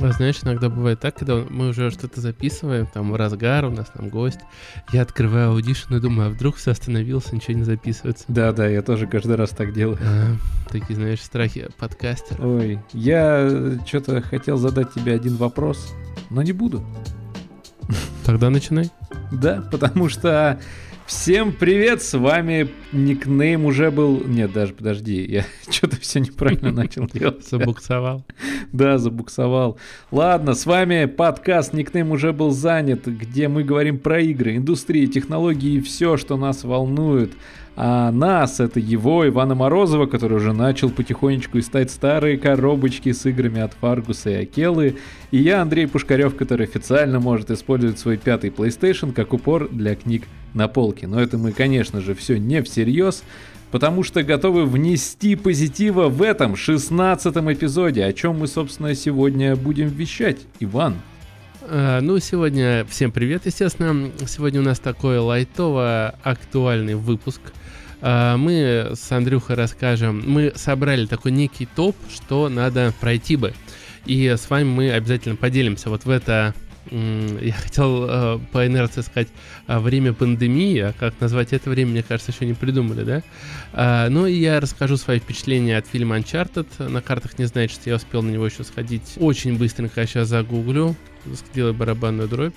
Знаешь, иногда бывает так, когда мы уже что-то записываем, там в разгар, у нас там гость, я открываю Audition и думаю, а вдруг все остановилось, ничего не записывается. Да, я тоже каждый раз так делаю. Такие, знаешь, страхи подкастера. Ой, я что-то хотел задать тебе один вопрос, но не буду. Тогда начинай. Да, потому что... Всем привет, с вами никнейм уже был... Нет, даже подожди, я что-то все неправильно начал делать. Забуксовал. Да, забуксовал. Ладно, с вами подкаст «Никнейм уже был занят», где мы говорим про игры, индустрию, технологии и все, что нас волнует. А нас, это его, Ивана Морозова, который уже начал потихонечку искать старые коробочки с играми от Фаргуса и Акелы. И я, Андрей Пушкарев, который официально может использовать свой 5-й PlayStation как упор для книг на полке. Но это мы, конечно же, все не всерьез, потому что готовы внести позитива в этом 16-м эпизоде, о чем мы, собственно, сегодня будем вещать. Иван. Сегодня всем привет, естественно. Сегодня у нас такой лайтово-актуальный выпуск. Мы с Андрюхой расскажем, мы собрали такой некий топ, что надо пройти бы. И с вами мы обязательно поделимся вот в это, я хотел по инерции сказать, время пандемии, а как назвать это время, мне кажется, еще не придумали, да? И я расскажу свои впечатления от фильма Uncharted. На картах не знаете, что я успел на него еще сходить. Очень быстренько я сейчас загуглю, сделаю барабанную дробь.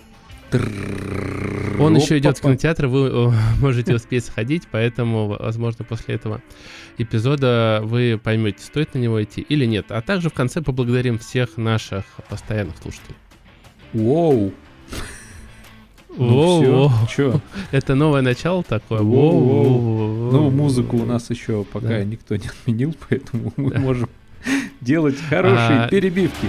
Он еще идет в кинотеатр, вы можете успеть сходить, поэтому, возможно, после этого эпизода вы поймете, стоит на него идти или нет. А также в конце поблагодарим всех наших постоянных слушателей. Воу! Чё? Это новое начало такое. Музыку у нас еще пока никто не отменил, поэтому мы можем делать хорошие перебивки.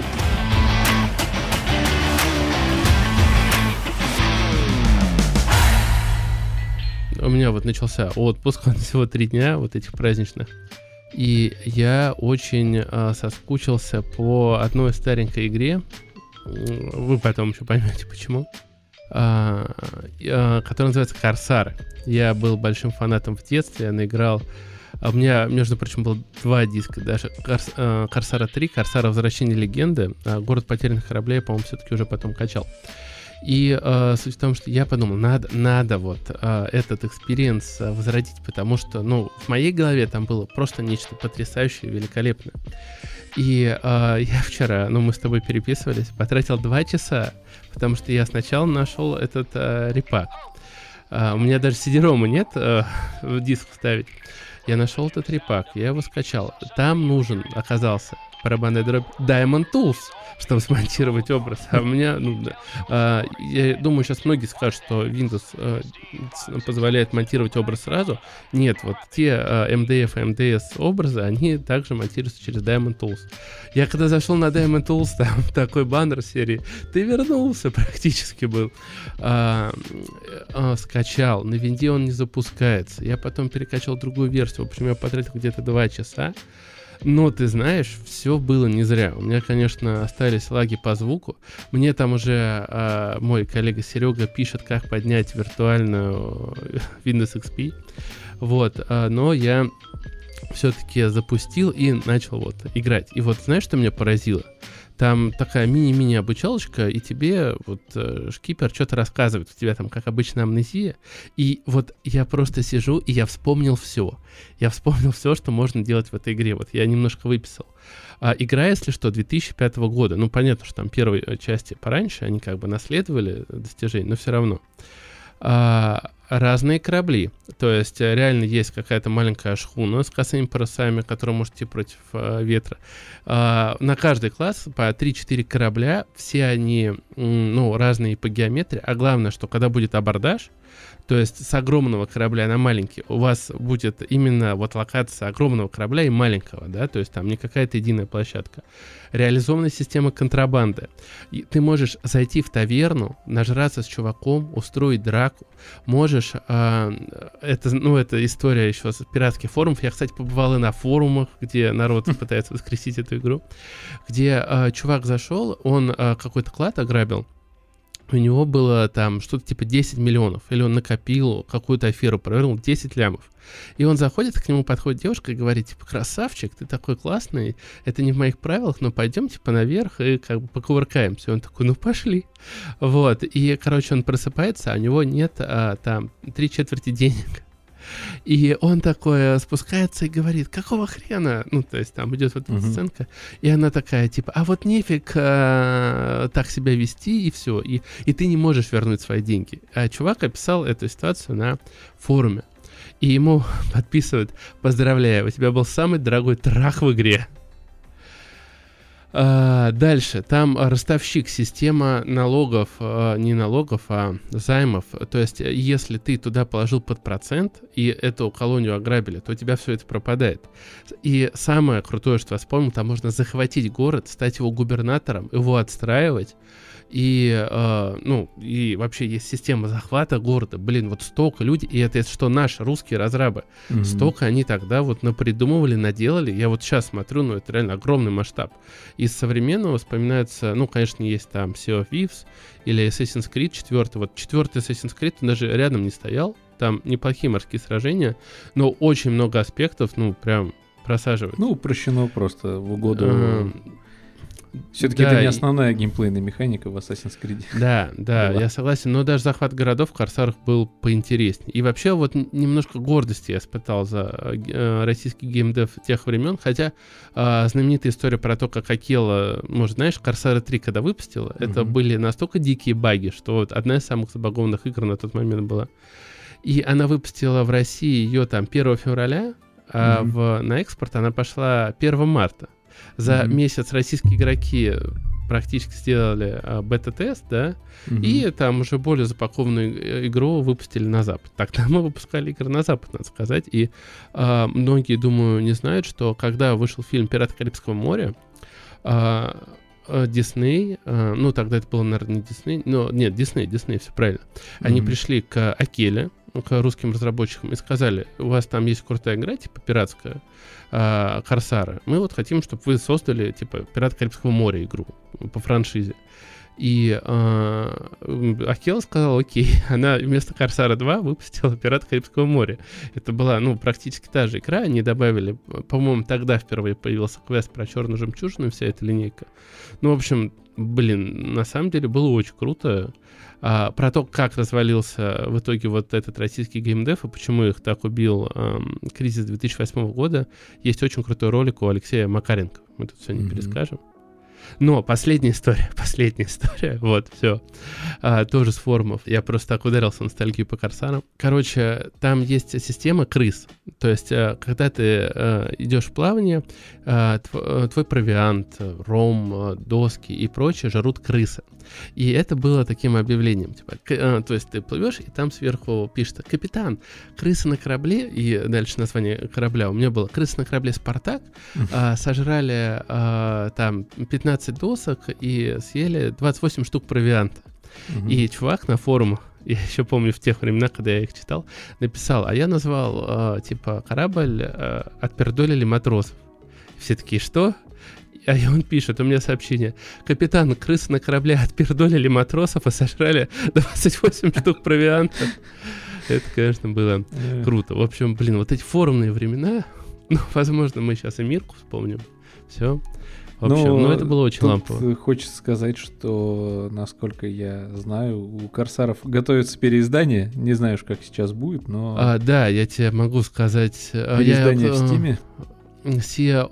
У меня вот начался отпуск, он всего 3 дня, вот этих праздничных. И я очень соскучился по одной старенькой игре. Вы потом еще поймете, почему. Которая называется Корсары. Я был большим фанатом в детстве, я наиграл. У меня, между прочим, было 2 диска, даже Корсара 3, Корсара Возвращение легенды, Город потерянных кораблей, по-моему, все-таки уже потом качал. И суть в том, что я подумал, надо вот этот экспириенс возродить, потому что, в моей голове там было просто нечто потрясающее, великолепное. И я вчера, мы с тобой переписывались, потратил 2 часа, потому что я сначала нашел этот репак. У меня даже CD-ROM нет в диск вставить. Я нашел этот репак, я его скачал. Там нужен оказался барабанная дробь Diamond Tools, чтобы смонтировать образ. А у меня, я думаю, сейчас многие скажут, что Windows позволяет монтировать образ сразу. Нет, вот те MDF и MDS образы, они также монтируются через Diamond Tools. Я когда зашел на Diamond Tools, там такой баннер серии «Ты вернулся» практически был. Скачал, на винде он не запускается. Я потом перекачал другую версию, в общем, я потратил где-то 2 часа. Но ты знаешь, все было не зря. У меня, конечно, остались лаги по звуку. Мне там уже мой коллега Серега пишет, как поднять виртуальную Windows XP. Но я все-таки запустил и начал играть. И знаешь, что меня поразило? Там такая мини-мини обучалочка, и тебе шкипер что-то рассказывает. У тебя там, как обычно, амнезия. И я просто сижу, и я вспомнил все. Я вспомнил все, что можно делать в этой игре. Я немножко выписал. Игра, если что, 2005 года. Понятно, что там первые части пораньше, они как бы наследовали достижения, но все равно. Разные корабли. То есть реально есть какая-то маленькая шхуна с косыми парусами, которая может идти против ветра. На каждый класс по 3-4 корабля. Все они разные по геометрии. А главное, что когда будет абордаж, то есть с огромного корабля на маленький, у вас будет именно локация огромного корабля и маленького, да, то есть там не какая-то единая площадка. Реализованная система контрабанды. И ты можешь зайти в таверну, нажраться с чуваком, устроить драку. Можешь, это история еще с пиратских форумов. Я, кстати, побывал и на форумах, где народ пытается воскресить эту игру, где чувак зашел, он какой-то клад ограбил, у него было там что-то типа 10 миллионов, или он накопил, какую-то аферу провернул, 10 лямов. И он заходит, к нему подходит девушка и говорит, типа, красавчик, ты такой классный, это не в моих правилах, но пойдем, типа, наверх и как бы покувыркаемся. И он такой, ну пошли. Вот, и, короче, он просыпается, а у него нет там 3/4 денег. И он такой спускается и говорит, какого хрена? Ну, то есть там идет вот эта сценка, и она такая, типа, а вот нефиг так себя вести, и все. И ты не можешь вернуть свои деньги. А чувак описал эту ситуацию на форуме. И ему подписывают, поздравляю, у тебя был самый дорогой трах в игре. Дальше, там ростовщик, система налогов, не налогов, а займов. То есть, если ты туда положил под процент, и эту колонию ограбили, то у тебя все это пропадает. И самое крутое, что я вспомнил, там можно захватить город, стать его губернатором, его отстраивать. И вообще есть система захвата города. Блин, вот столько людей, и это что наши русские разрабы, столько они тогда вот напридумывали, наделали. Я вот сейчас смотрю, ну это реально огромный масштаб. Из современного вспоминается, ну, конечно, есть там Sea of Thieves или Assassin's Creed 4. Вот 4-й Assassin's Creed даже рядом не стоял. Там неплохие морские сражения, но очень много аспектов, ну, прям просаживают. Ну, упрощено просто в угоду... Все-таки это не основная геймплейная механика в Assassin's Creed. Да, я согласен, но даже захват городов в Корсарах был поинтереснее. И вообще вот немножко гордости я испытал за российский геймдев тех времен, хотя знаменитая история про то, как Акела, может, знаешь, Корсары 3 когда выпустила, это были настолько дикие баги, что вот одна из самых забагованных игр на тот момент была. И она выпустила в России ее там 1 февраля, а на экспорт она пошла 1 марта. За месяц российские игроки практически сделали бета-тест, да, и там уже более запакованную игру выпустили на Запад. Тогда мы выпускали игры на Запад, надо сказать, и многие, думаю, не знают, что когда вышел фильм «Пираты Карибского моря», Дисней, ну тогда это было, наверное, не Дисней, но нет, Дисней, все правильно. Они пришли к Акеле, к русским разработчикам и сказали, у вас там есть крутая игра, типа пиратская, Корсары. Мы вот хотим, чтобы вы создали, типа, «Пираты Карибского моря» игру по франшизе. И Акела сказала, окей, она вместо «Корсара 2» выпустила «Пираты Карибского моря». Это была, ну, практически та же игра, они добавили, по-моему, тогда впервые появился квест про черную жемчужину, вся эта линейка. Ну, в общем, блин, на самом деле было очень круто. Про то, как развалился в итоге вот этот российский геймдев и почему их так убил кризис 2008 года, есть очень крутой ролик у Алексея Макаренко. Мы тут все не перескажем. Но последняя история, вот, все, тоже с форумов. Я просто так ударился в ностальгию по Корсарам. Короче, там есть система крыс. То есть, когда ты идешь в плавание, твой провиант, ром, доски и прочее жрут крысы. И это было таким объявлением. Типа, то есть ты плывешь, и там сверху пишется: «Капитан, крысы на корабле», и дальше название корабля у меня было: «Крысы на корабле Спартак сожрали там 15 досок и съели 28 штук провианта». И чувак на форумах, я еще помню в тех временах, когда я их читал, написал: а я назвал типа корабль «Отпердолили матросов». Все такие: что? А он пишет, у меня сообщение: «Капитан, крысы на корабле отпердолили матросов и сожрали 28 штук провианта». Это, конечно, было круто. В общем, блин, вот эти форумные времена, ну, возможно, мы сейчас и Мирку вспомним. Все. В общем, ну, это было очень лампово. Хочется сказать, что, насколько я знаю, у Корсаров готовится переиздание. Не знаю уж, как сейчас будет, но... Да, я тебе могу сказать... Переиздание в Стиме. Sea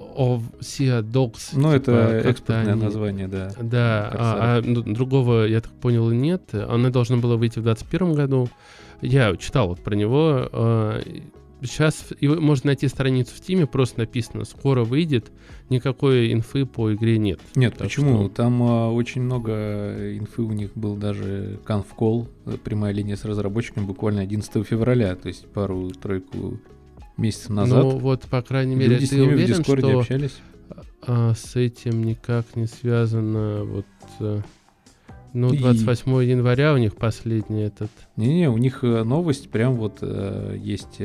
Dogs. Ну, типа, это экспортное название, да. Да, другого, я так понял, и нет. Оно должно было выйти в 2021 году. Я читал вот про него. Сейчас можно найти страницу в Steam, просто написано: «Скоро выйдет». Никакой инфы по игре нет. Нет, почему? Что... Там очень много инфы у них был, даже конфкол, прямая линия с разработчиками, буквально 11 февраля, то есть пару-тройку месяцев назад. Ну вот, по крайней мере, люди ты уверен, в Дискорде что общались? С этим никак не связано вот... Ну, 28 января у них последний этот... Не-не, у них новость прям вот есть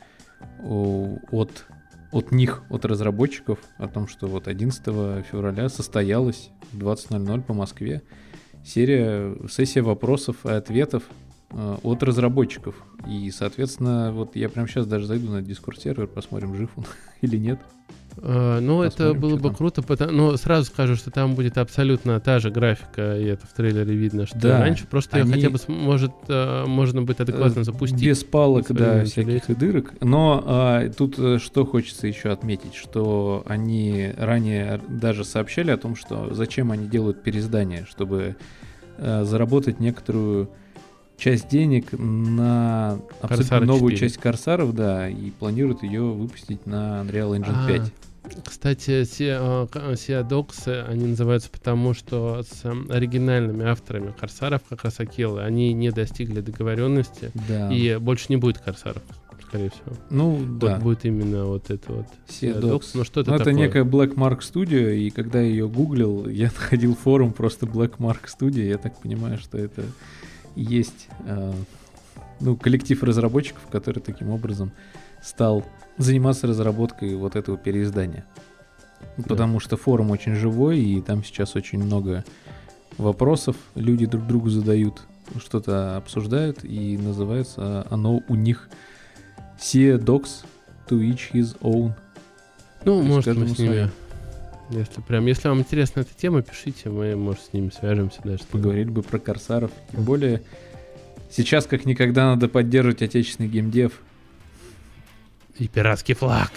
от них, от разработчиков, о том, что вот 11 февраля состоялось в 20:00 по Москве сессия вопросов и ответов от разработчиков. И, соответственно, вот я прямо сейчас даже зайду на Discord сервер, посмотрим, жив он или нет. Ну, это было бы круто, но сразу скажу, что там будет абсолютно та же графика, и это в трейлере видно, что раньше просто ее хотя бы можно будет адекватно запустить. Без палок, да, всяких и дырок. Но тут что хочется еще отметить, что они ранее даже сообщали о том, что зачем они делают переиздание, чтобы заработать некоторую часть денег на абсолютно новую часть Корсаров, да, и планируют ее выпустить на Unreal Engine 5. Кстати, Sea Dogs, они называются потому, что с оригинальными авторами Корсаров, как раз Акелы, они не достигли договоренности, и больше не будет Корсаров, скорее всего. Ну, вот да. Будет именно вот это вот Sea Dogs. Ну, что это некая Blackmark Studio, и когда я ее гуглил, я находил форум просто Blackmark Studio, я так понимаю, что это есть коллектив разработчиков, который таким образом стал заниматься разработкой вот этого переиздания. Да. Потому что форум очень живой, и там сейчас очень много вопросов, люди друг другу задают, что-то обсуждают, и называется оно у них Sea Dogs to each his own. Ну, может, мы с ними... Если вам интересна эта тема, пишите, мы, может, с ними свяжемся даже. Поговорить бы про Корсаров. Тем более, сейчас как никогда надо поддерживать отечественный геймдев. И пиратский флаг.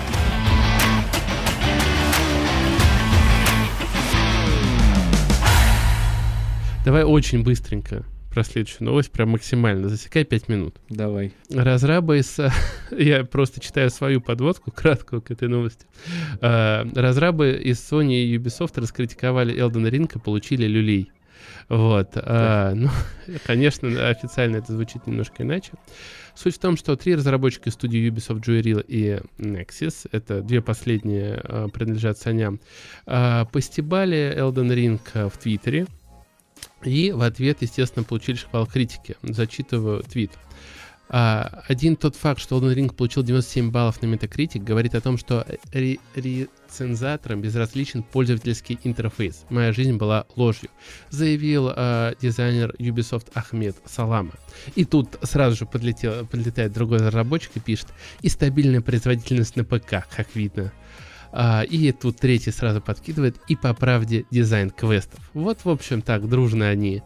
Давай очень быстренько про следующую новость, прям максимально. Засекай 5 минут. Давай. Разрабы Я просто читаю свою подводку, краткую к этой новости. Разрабы из Sony и Ubisoft раскритиковали Elden Ring и получили люлей. Вот. Ну, конечно, официально это звучит немножко иначе. Суть в том, что 3 разработчика студии Ubisoft, Joyreel и Nexus, это 2 последние принадлежат Sony, постебали Elden Ring в Твиттере. И в ответ, естественно, получили шквал критики. Зачитываю твит. Один тот факт, что Elden Ring получил 97 баллов на Metacritic, говорит о том, что рецензаторам безразличен пользовательский интерфейс. Моя жизнь была ложью, заявил дизайнер Ubisoft Ахмед Салама. И тут сразу же подлетает другой разработчик и пишет: и стабильная производительность на ПК, как видно. И тут третий сразу подкидывает: и по правде дизайн квестов. Вот, в общем, так дружно они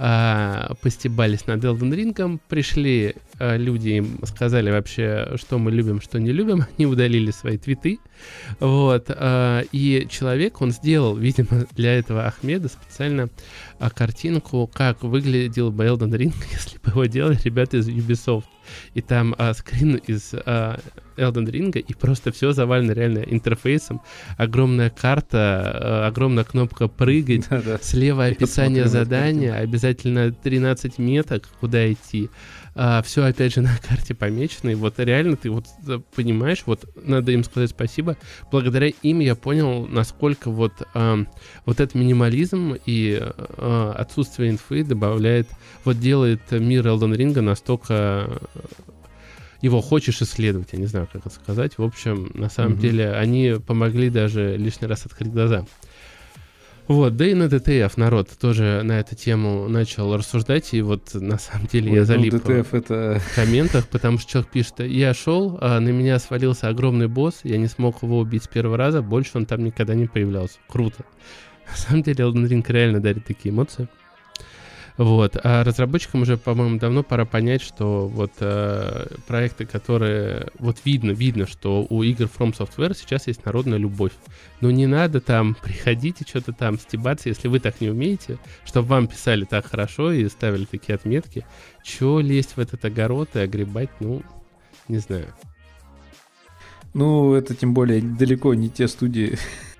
постебались над Elden Ring. Пришли люди, им сказали вообще, что мы любим, что не любим. Они удалили свои твиты. Вот. И человек, он сделал, видимо, для этого Ахмеда специально картинку, как выглядел бы Elden Ring, если бы его делали ребята из Ubisoft. И там скрин из Elden Ring, и просто все завалено реально интерфейсом. Огромная карта, огромная кнопка «Прыгать», слева описание задания, обязательно 13 меток, куда идти. Все, опять же, на карте помечено. И вот реально ты вот понимаешь, вот надо им сказать спасибо. Благодаря им я понял, насколько вот этот минимализм и отсутствие инфы добавляет, вот делает мир Elden Ring настолько... Его хочешь исследовать, я не знаю, как это сказать. В общем, на самом деле, они помогли даже лишний раз открыть глаза. Вот, да и на DTF народ тоже на эту тему начал рассуждать, и вот на самом деле я залип в комментах, потому что человек пишет: я шел, на меня свалился огромный босс, я не смог его убить с первого раза, больше он там никогда не появлялся. Круто. На самом деле Elden Ring реально дарит такие эмоции. Вот. А разработчикам уже, по-моему, давно пора понять, что вот проекты, которые... Вот видно, что у игр From Software сейчас есть народная любовь. Но не надо там приходить и что-то там стебаться, если вы так не умеете, чтобы вам писали так хорошо и ставили такие отметки. Чего лезть в этот огород и огребать, ну, не знаю. Ну, это тем более далеко не те студии,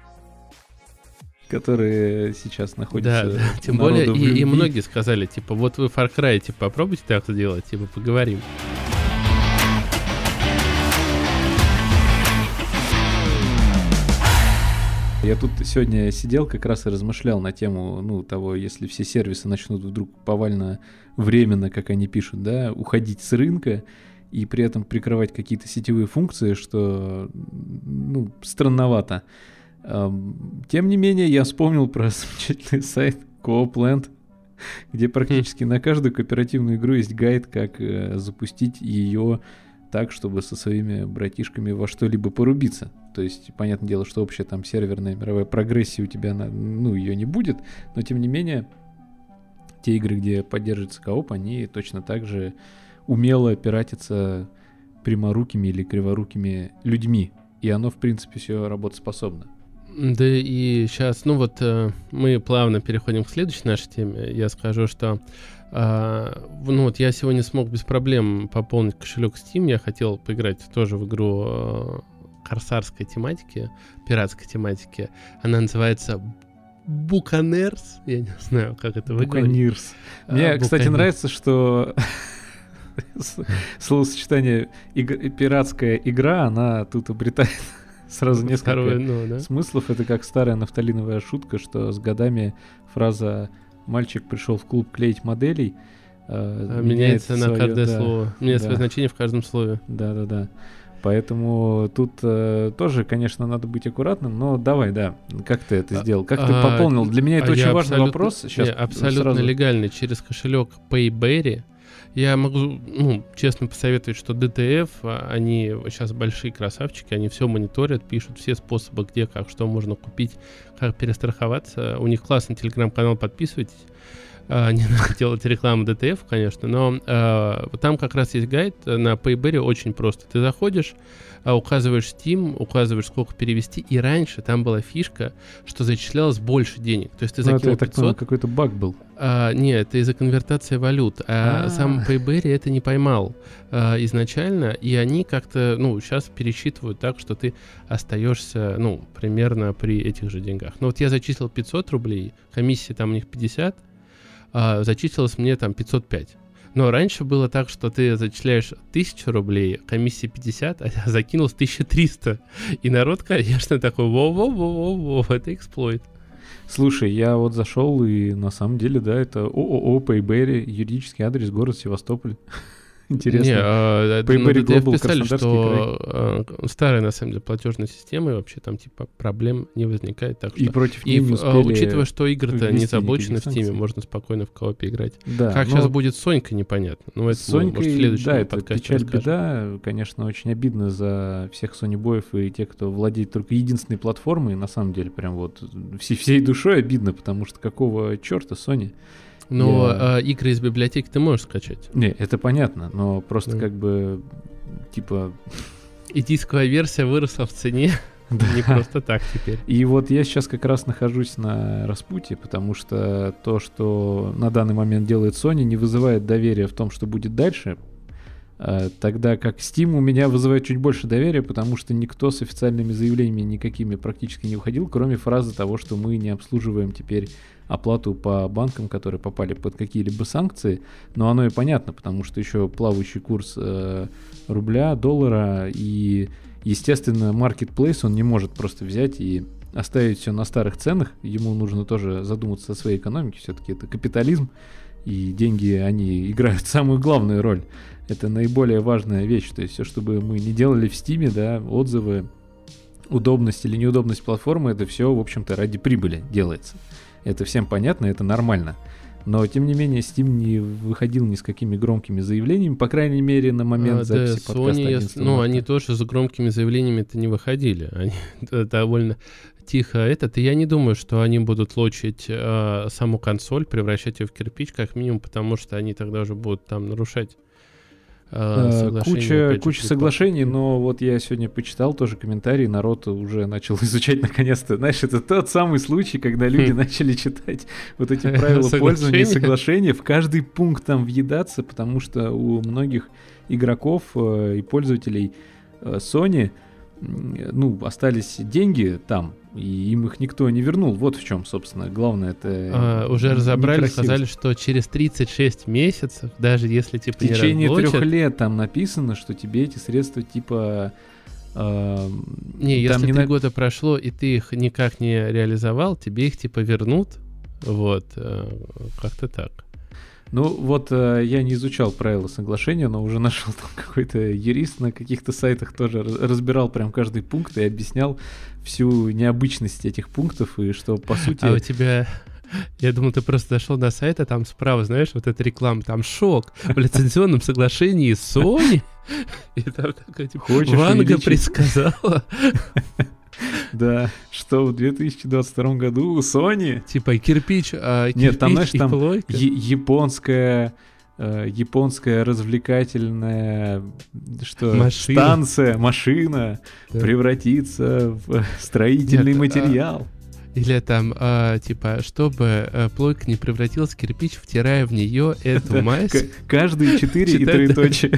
которые сейчас находятся... Да, тем более и многие сказали, типа, вот вы Far Cry, типа, попробуйте так сделать, типа, поговорим. Я тут сегодня сидел как раз и размышлял на тему, того, если все сервисы начнут вдруг повально, временно, как они пишут, да, уходить с рынка и при этом прикрывать какие-то сетевые функции, что, странновато. Тем не менее, я вспомнил про замечательный сайт CoopLand, где практически на каждую кооперативную игру есть гайд, как запустить ее так, чтобы со своими братишками во что-либо порубиться. То есть, понятное дело, что общая там серверная мировая прогрессия у тебя, ее не будет, но тем не менее, те игры, где поддерживается кооп, они точно так же умело пиратятся пряморукими или криворукими людьми. И оно, в принципе, все работоспособно. Да и сейчас, мы плавно переходим к следующей нашей теме. Я скажу, что я сегодня смог без проблем пополнить кошелек Steam. Я хотел поиграть тоже в игру корсарской тематики, пиратской тематики. Она называется Buccaneers. Я не знаю, как это выглядит. Мне, кстати, нравится, что словосочетание пиратская игра, она тут обретает сразу несколько смыслов. Это как старая нафталиновая шутка, что с годами фраза «мальчик пришел в клуб клеить моделей» меняется на каждое слово. Меняется свое значение в каждом слове. Да. Поэтому тут тоже, конечно, надо быть аккуратным, но давай, как ты это сделал? Как ты пополнил? Для меня это очень важный вопрос. Сейчас абсолютно легальный, через кошелек Payberry. Я могу, честно посоветовать, что DTF, они сейчас большие красавчики, они все мониторят, пишут все способы, где, как, что можно купить, как перестраховаться. У них классный телеграм-канал, подписывайтесь. Не надо делать рекламу DTF, конечно, но там как раз есть гайд на Payberry, очень просто. Ты заходишь, указываешь Steam, указываешь, сколько перевести, и раньше там была фишка, что зачислялось больше денег. То есть ты закинул 500... какой-то баг был. Нет, это из-за конвертации валют. Сам Payberry это не поймал изначально, и они как-то, сейчас пересчитывают так, что ты остаешься, примерно при этих же деньгах. Но вот я зачислил 500 рублей, комиссия там у них 50, зачислилось мне там 505. Но раньше было так, что ты зачисляешь 1000 рублей, комиссия 50, а я закинул с 1300. И народ, конечно, такой, во-во-во-во-во, это эксплойт. Слушай, я вот зашел, и на самом деле, это ООО Payberry, юридический адрес, город Севастополь. Интересно. Payberry Global, писали, что старая, на самом деле, платежная система, и вообще там типа проблем не возникает. Так что... И против них не успели учитывая, что игры-то не заблочены в Steam, можно спокойно в коопе играть. Да, как сейчас будет с Сонькой, непонятно. Это Сонькой, это печаль, беда. Конечно, очень обидно за всех Sony-боев и тех, кто владеет только единственной платформой. На самом деле, прям вот всей душой обидно, потому что какого черта Sony... Но игры из библиотеки ты можешь скачать. Не, это понятно, но просто как бы, типа... И дисковая версия выросла в цене. Не просто так теперь. И вот я сейчас как раз нахожусь на распутье, потому что то, что на данный момент делает Sony, не вызывает доверия в том, что будет дальше. Тогда как Steam у меня вызывает чуть больше доверия, потому что никто с официальными заявлениями никакими практически не выходил, кроме фразы того, что мы не обслуживаем теперь оплату по банкам, которые попали под какие-либо санкции. Но оно и понятно, потому что еще плавающий курс рубля, доллара, и, естественно, Marketplace, он не может просто взять и оставить все на старых ценах. Ему нужно тоже задуматься о своей экономике, все-таки это капитализм, и деньги, они играют самую главную роль. Это наиболее важная вещь. То есть все, что бы мы не делали в Steam, отзывы, удобность или неудобность платформы, это все, в общем-то, ради прибыли делается. Это всем понятно, это нормально. Но, тем не менее, Steam не выходил ни с какими громкими заявлениями, по крайней мере, на момент записи подкаста 11 марта. Они тоже с громкими заявлениями-то не выходили. Они довольно тихо и я не думаю, что они будут лочить саму консоль, превращать ее в кирпич, как минимум, потому что они тогда уже будут там нарушать куча соглашений, но вот я сегодня почитал тоже комментарии, народ уже начал изучать наконец-то. Знаешь, это тот самый случай, когда люди начали читать вот эти правила пользования и соглашения, в каждый пункт там въедаться, потому что у многих игроков и пользователей Sony остались деньги там, и им их никто не вернул. Вот в чем, собственно, главное. Это уже разобрали, сказали, что через 36 месяцев, даже если в течение 3 лет там написано, что тебе эти средства типа... если 3 года прошло, и ты их никак не реализовал, тебе их типа вернут. Вот, как-то так. Я не изучал правила соглашения, но уже нашел там какой-то юрист на каких-то сайтах тоже разбирал прям каждый пункт и объяснял всю необычность этих пунктов, и что, по сути... А у тебя Я думал, ты просто зашел на сайт, а там справа, знаешь, вот эта реклама, там шок в лицензионном соглашении с Sony. И там такой, типа, Ванга предсказала. Да, что в 2022 году у Sony... Типа кирпич, нет, там, знаешь, там плойка. японская развлекательная машина да. превратится в строительный материал. Или там, типа, чтобы плойка не превратилась в кирпич, втирая в нее эту мазь. Каждые 4 и троеточие.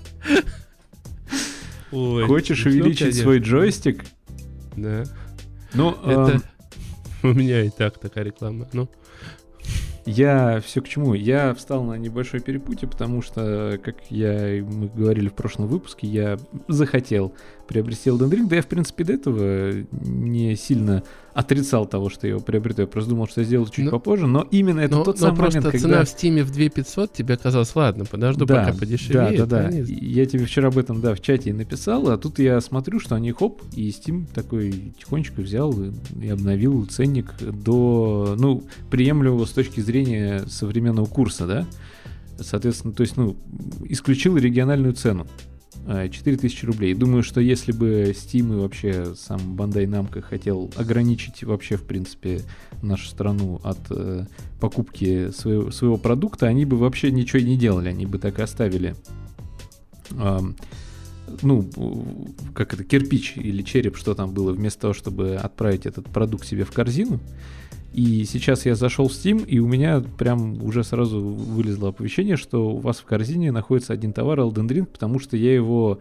Хочешь увеличить свой джойстик? Да. Ну, это у меня и так такая реклама. Ну. Я все к чему? Я встал на небольшое перепутье, потому что, как мы говорили в прошлом выпуске, я захотел приобрести Elden Ring. Да я, в принципе, до этого не сильно отрицал того, что я его приобрету. Я просто думал, что я сделаю чуть попозже, но именно это тот самый момент, когда... цена в Steam в 2500 тебе казалось, ладно, подожду, пока подешевеет. Да. Я тебе вчера об этом, в чате и написал, а тут я смотрю, что они хоп, и Steam такой тихонечко взял и обновил ценник до, приемлемого с точки зрения современного курса, да? Соответственно, то есть, исключил региональную цену. 4000 рублей. Думаю, что если бы Steam и вообще сам Bandai Namco хотел ограничить вообще, в принципе, нашу страну от покупки своего продукта, они бы вообще ничего не делали. Они бы так и оставили кирпич или череп, что там было, вместо того, чтобы отправить этот продукт себе в корзину. И сейчас я зашел в Steam, и у меня прям уже сразу вылезло оповещение, что у вас в корзине находится один товар Elden Ring, потому что я его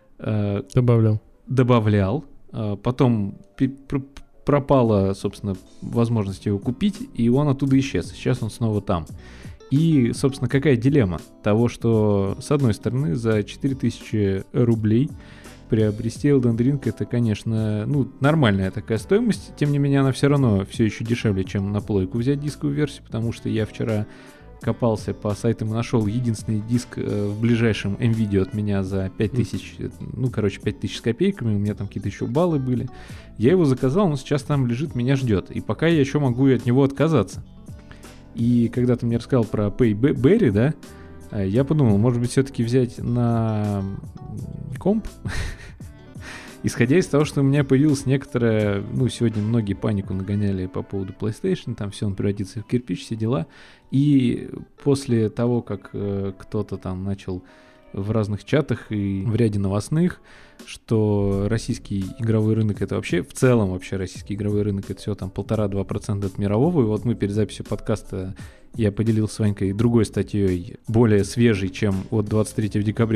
добавлял. Потом пропала, собственно, возможность его купить, и он оттуда исчез. Сейчас он снова там. И, собственно, какая дилемма того, что, с одной стороны, за 4000 рублей приобрести Elden Ring, это, конечно, нормальная такая стоимость. Тем не менее, она все равно все еще дешевле, чем на плойку взять дисковую версию, потому что я вчера копался по сайтам и нашел единственный диск в ближайшем MVideo от меня за 5000, 5000 с копейками, у меня там какие-то еще баллы были. Я его заказал, он сейчас там лежит, меня ждет. И пока я еще могу от него отказаться. И когда ты мне рассказал про Payberry, да, я подумал, может быть, все-таки взять на комп, исходя из того, что у меня появилась некоторая, сегодня многие панику нагоняли по поводу PlayStation, там все он превратится в кирпич, все дела, и после того, как кто-то там начал в разных чатах и в ряде новостных, что российский игровой рынок, это вообще, в целом вообще российский игровой рынок, это все там 1,5-2% от мирового, и вот мы перед записью подкаста я поделился с Ванькой другой статьей, более свежей, чем от 23 декабря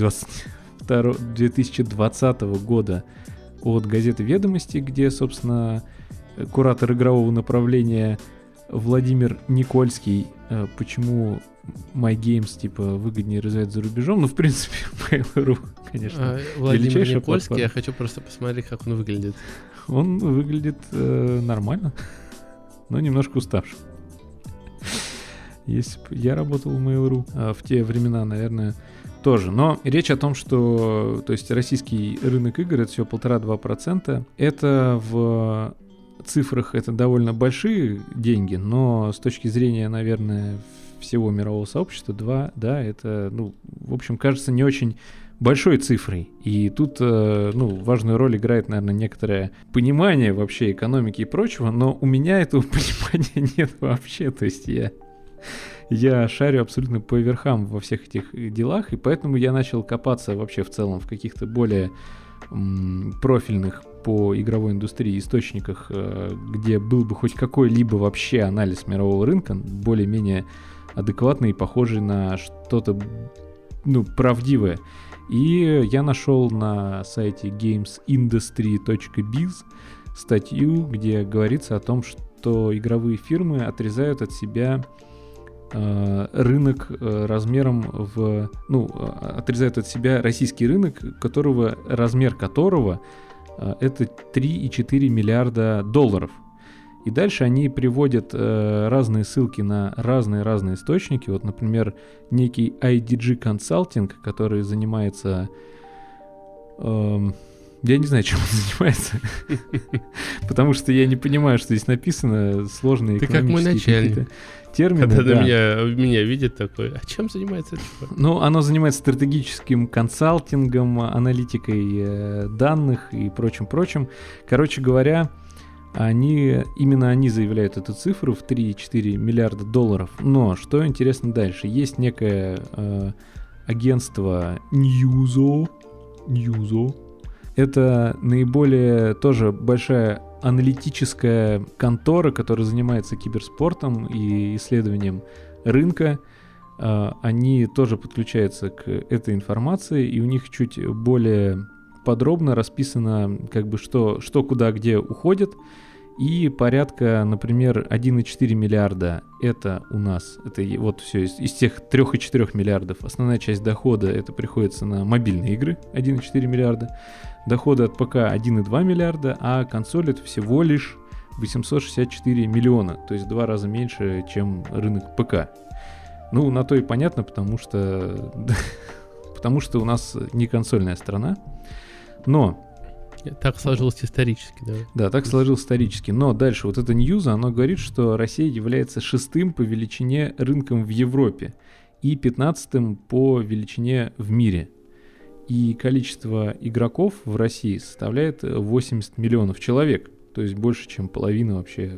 2020 года от газеты «Ведомости», где, собственно, куратор игрового направления Владимир Никольский, почему MyGames, выгоднее развивать за рубежом. В принципе, Mail.ru, конечно, Владимир Никольский, я хочу просто посмотреть, как он выглядит. Он выглядит нормально, но немножко уставшим. Если бы я работал в Mail.ru в те времена, наверное, тоже. Но речь о том, что, то есть, российский рынок игр — это всего 1,5-2%. Это в цифрах это довольно большие деньги, но с точки зрения, наверное, всего мирового сообщества 2, да, это, в общем, кажется не очень большой цифрой. И тут, важную роль играет, наверное, некоторое понимание вообще экономики и прочего, но у меня этого понимания нет вообще. То есть я шарю абсолютно по верхам во всех этих делах, и поэтому я начал копаться вообще в целом в каких-то более профильных по игровой индустрии источниках, где был бы хоть какой-либо вообще анализ мирового рынка, более-менее адекватный и похожий на что-то, правдивое. И я нашел на сайте gamesindustry.biz статью, где говорится о том, что игровые фирмы отрезают от себя рынок размером отрезают от себя российский рынок, размер которого это 3,4 миллиарда долларов. И дальше они приводят разные ссылки на разные источники. Вот, например, некий IDG Consulting, который занимается Я не знаю, чем он занимается, потому что я не понимаю, что здесь написано, сложные экономические какие-то термины. Когда меня видит такой, а чем занимается этот чувак? Ну, оно занимается стратегическим консалтингом, аналитикой данных и прочим. Короче говоря, именно они заявляют эту цифру в 3,4 миллиарда долларов. Но что интересно дальше? Есть некое агентство Newzo. Это наиболее тоже большая аналитическая контора, которая занимается киберспортом и исследованием рынка. Они тоже подключаются к этой информации, и у них чуть более подробно расписано, как бы что куда где уходит. И порядка, например, 1,4 миллиарда это у нас, это вот все из тех 3,4 миллиардов. Основная часть дохода это приходится на мобильные игры, 1,4 миллиарда. Доходы от ПК 1,2 миллиарда, а консоль это всего лишь 864 миллиона, то есть в 2 раза меньше, чем рынок ПК. Ну, на то и понятно, потому что у нас не консольная страна. Но так сложилось исторически, да. Да, так сложилось исторически. Но дальше вот это Newzo, оно говорит, что Россия является 6-м по величине рынком в Европе и 15-м по величине в мире. И количество игроков в России составляет 80 миллионов человек. То есть больше, чем половина вообще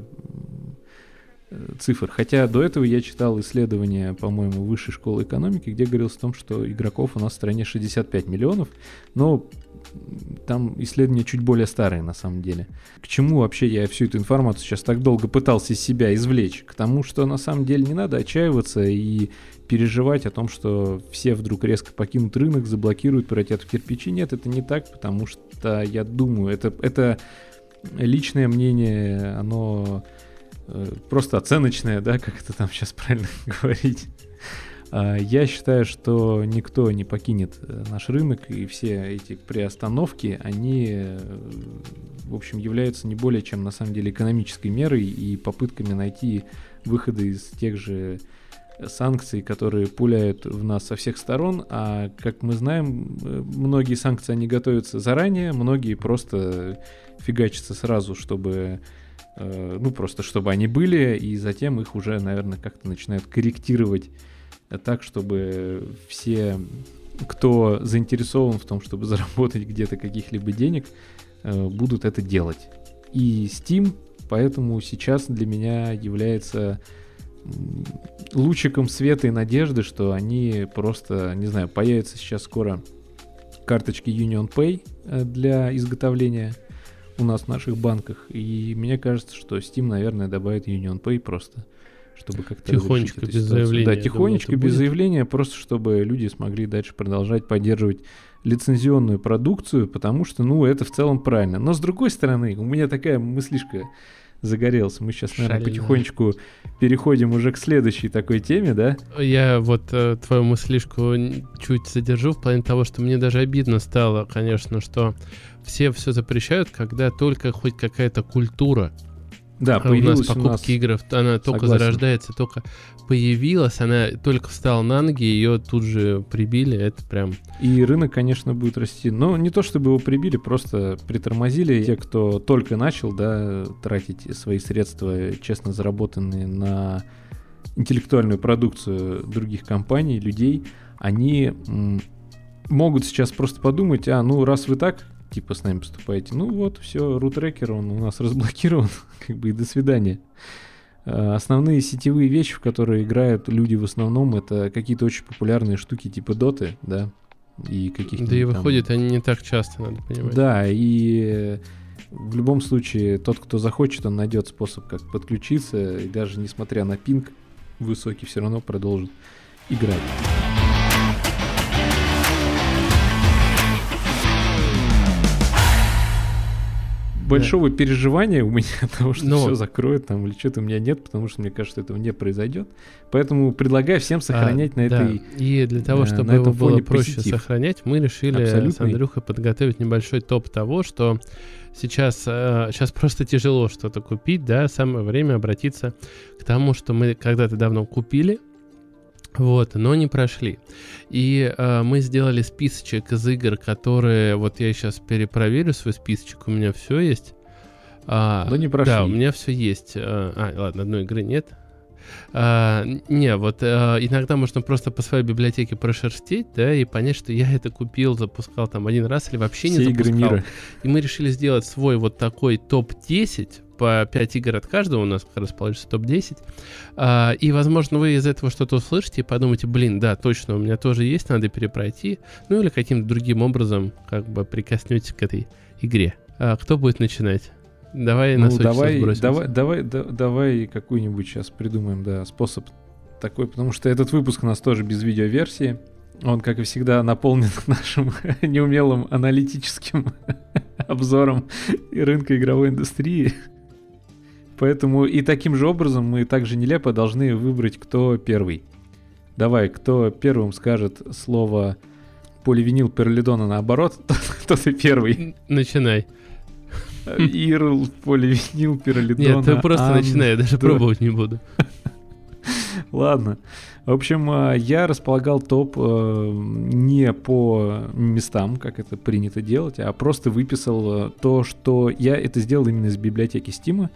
цифр. Хотя до этого я читал исследование, по-моему, Высшей школы экономики, где говорилось о том, что игроков у нас в стране 65 миллионов. Но там исследования чуть более старые на самом деле. К чему вообще я всю эту информацию сейчас так долго пытался из себя извлечь? К тому, что на самом деле не надо отчаиваться и переживать о том, что все вдруг резко покинут рынок, заблокируют, превратят в кирпичи. Нет, это не так, потому что я думаю, это личное мнение, оно просто оценочное, да, как это там сейчас правильно говорить. Я считаю, что никто не покинет наш рынок, и все эти приостановки, они, в общем, являются не более чем, на самом деле, экономической мерой и попытками найти выходы из тех же санкций, которые пуляют в нас со всех сторон. А, как мы знаем, многие санкции, они готовятся заранее, многие просто фигачатся сразу, чтобы... просто чтобы они были, и затем их уже, наверное, как-то начинают корректировать так, чтобы все, кто заинтересован в том, чтобы заработать где-то каких-либо денег, будут это делать. И Steam поэтому сейчас для меня является лучиком света и надежды, что они просто, не знаю, появятся сейчас скоро карточки Union Pay для изготовления у нас в наших банках. И мне кажется, что Steam, наверное, добавит Union Pay просто, чтобы как-то тихонечко, без заявления. Да, тихонечко, без заявления, просто чтобы люди смогли дальше продолжать поддерживать лицензионную продукцию, потому что, это в целом правильно. Но с другой стороны, у меня такая мыслишка загорелась. Мы сейчас, наверное, потихонечку переходим уже к следующей такой теме, да? Я твою мыслишку чуть задержу в плане того, что мне даже обидно стало, конечно, что все запрещают, когда только хоть какая-то культура. Да, появилась у нас покупки игр, она только зарождается, только появилась, она только встала на ноги, ее тут же прибили, это прям... И рынок, конечно, будет расти, но не то чтобы его прибили, просто притормозили те, кто только начал, да, тратить свои средства, честно заработанные на интеллектуальную продукцию других компаний, людей, они могут сейчас просто подумать, раз вы так типа с нами поступаете, все, рутрекер, он у нас разблокирован, и до свидания. Основные сетевые вещи, в которые играют люди в основном, это какие-то очень популярные штуки типа доты, да, и каких-то... Да и выходят они не так часто, надо понимать. Да, и в любом случае тот, кто захочет, он найдет способ, как подключиться, и даже несмотря на пинг высокий, все равно продолжит играть. Большого переживания у меня от того, что все закроют там или что-то у меня нет, потому что мне кажется, этого не произойдет. Поэтому предлагаю всем сохранять на этой... И для того, чтобы его было проще сохранять, мы решили с Андрюхой подготовить небольшой топ того, что сейчас просто тяжело что-то купить, да, самое время обратиться к тому, что мы когда-то давно купили, Вот, но не прошли. И мы сделали списочек из игр, которые... Вот я сейчас перепроверю свой списочек, у меня все есть. Но не прошли. Да, у меня все есть. Ладно, одной игры нет. Иногда можно просто по своей библиотеке прошерстить, да, и понять, что я это купил, запускал там один раз или вообще все не запускал. Игры мира. И мы решили сделать свой вот такой топ-10, по 5 игр от каждого, у нас как раз получится топ-10. И, возможно, вы из этого что-то услышите и подумаете, блин, да, точно, у меня тоже есть, надо перепройти. Ну или каким-то другим образом как бы прикоснетесь к этой игре. Кто будет начинать? Давай на давай какую-нибудь сейчас придумаем, да, способ такой, потому что этот выпуск у нас тоже без видеоверсии. Он, как и всегда, наполнен нашим неумелым аналитическим обзором и рынка игровой индустрии. Поэтому и таким же образом мы также нелепо должны выбрать, кто первый. Давай, кто первым скажет слово поливинил пиролидона наоборот, тот и первый. Начинай. Ирл, поливинил, пиролидона. Нет, ты просто начинай, я даже пробовать не буду. Ладно. В общем, я располагал топ не по местам, как это принято делать, а просто выписал то, что я это сделал именно из библиотеки Steam,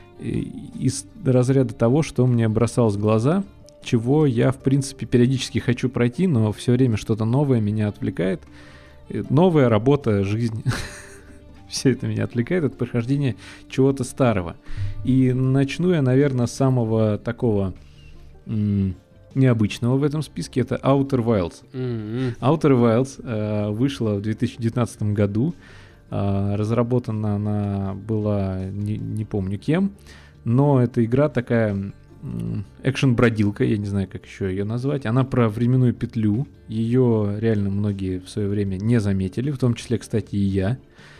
из разряда того, что мне бросалось в глаза, чего я, в принципе, периодически хочу пройти, но все время что-то новое меня отвлекает. Новая работа, жизнь... Все это меня отвлекает от прохождения чего-то старого. И начну я, наверное, с самого такого необычного в этом списке. Это Outer Wilds. Outer Wilds вышла в 2019 году. Разработана она была не помню кем. Но эта игра такая экшен-бродилка, я не знаю, как еще ее назвать. Она про временную петлю. Ее реально многие в свое время не заметили. В том числе, кстати, и я.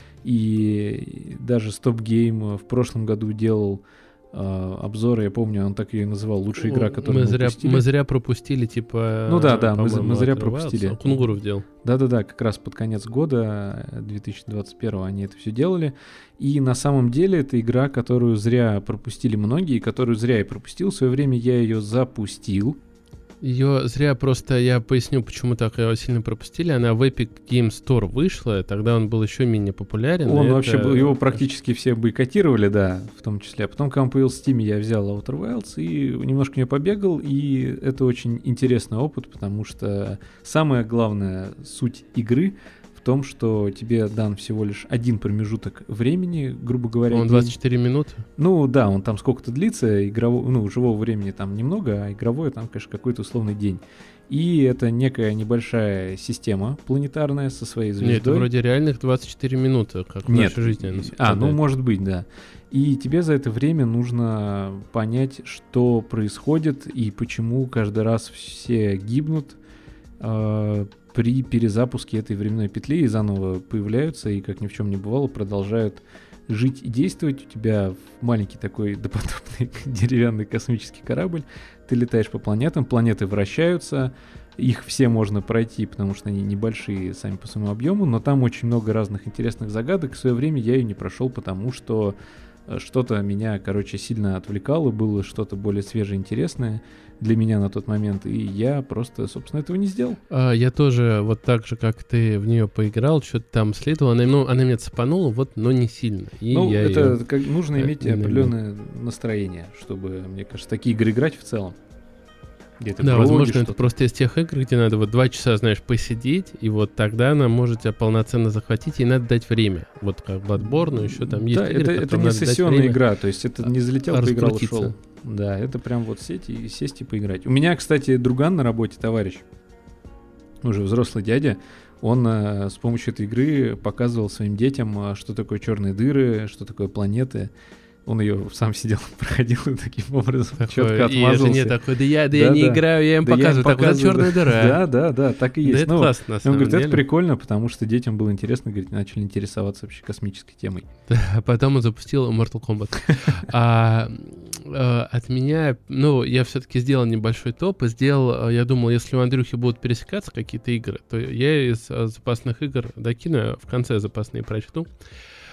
И даже Stop Game в прошлом году делал обзоры, я помню, он так ее называл, лучшая игра, которую мы зря пропустили, типа... Ну да, мы зря пропустили. Кунгуров делал. Да, как раз под конец года 2021 они это все делали. И на самом деле это игра, которую зря пропустили многие, которую зря и пропустил. В свое время я ее запустил. Ее зря просто, я поясню, почему так его сильно пропустили. Она в Epic Game Store вышла, тогда он был еще менее популярен. Он вообще был, его практически все бойкотировали, да, в том числе. А потом, когда он появился в Steam, я взял Outer Wilds и немножко не побегал, и это очень интересный опыт, потому что самая главная суть игры в том, что тебе дан всего лишь один промежуток времени, грубо говоря. Он 24 минуты? Ну да, он там сколько-то длится, живого времени там немного, а игровое там, конечно, какой-то условный день. И это некая небольшая система планетарная со своей звездой. Нет, это вроде реальных 24 минуты, как в нашей жизни. Ну может быть, да. И тебе за это время нужно понять, что происходит и почему каждый раз все гибнут при перезапуске этой временной петли и заново появляются, и, как ни в чем не бывало, продолжают жить и действовать. У тебя маленький такой допотопный деревянный космический корабль, ты летаешь по планетам, планеты вращаются, их все можно пройти, потому что они небольшие сами по своему объему, но там очень много разных интересных загадок. В свое время я ее не прошел, потому что что-то меня, сильно отвлекало, было что-то более свежее, интересное для меня на тот момент, и я просто, собственно, этого не сделал. Я тоже, вот так же, как ты в нее поиграл, что-то там следовал, она меня цепанула, но не сильно. И нужно иметь определенное настроение, чтобы, мне кажется, такие игры играть в целом. Да, возможно, это просто из тех игр, где надо 2 часа, посидеть, и вот тогда она может тебя полноценно захватить, и надо дать время. Вот как Bloodborne, еще там есть игры, это не сессионная игра, то есть это не залетел, поиграл, ушел. Да, это прям сесть и поиграть. У меня, кстати, друган на работе, товарищ, уже взрослый дядя, он с помощью этой игры показывал своим детям, что такое черные дыры, что такое планеты. Он ее сам сидел, проходил и таким образом четко отмазался. И такой, я не играю, я им показываю, так вот черная дыра. Да, так и есть. Да, это классно, на самом деле. Он говорит, это прикольно, потому что детям было интересно, говорит, начали интересоваться вообще космической темой. А потом он запустил Mortal Kombat. От меня, я все-таки сделал небольшой топ, я думал, если у Андрюхи будут пересекаться какие-то игры, то я из запасных игр докину, в конце запасные прочту.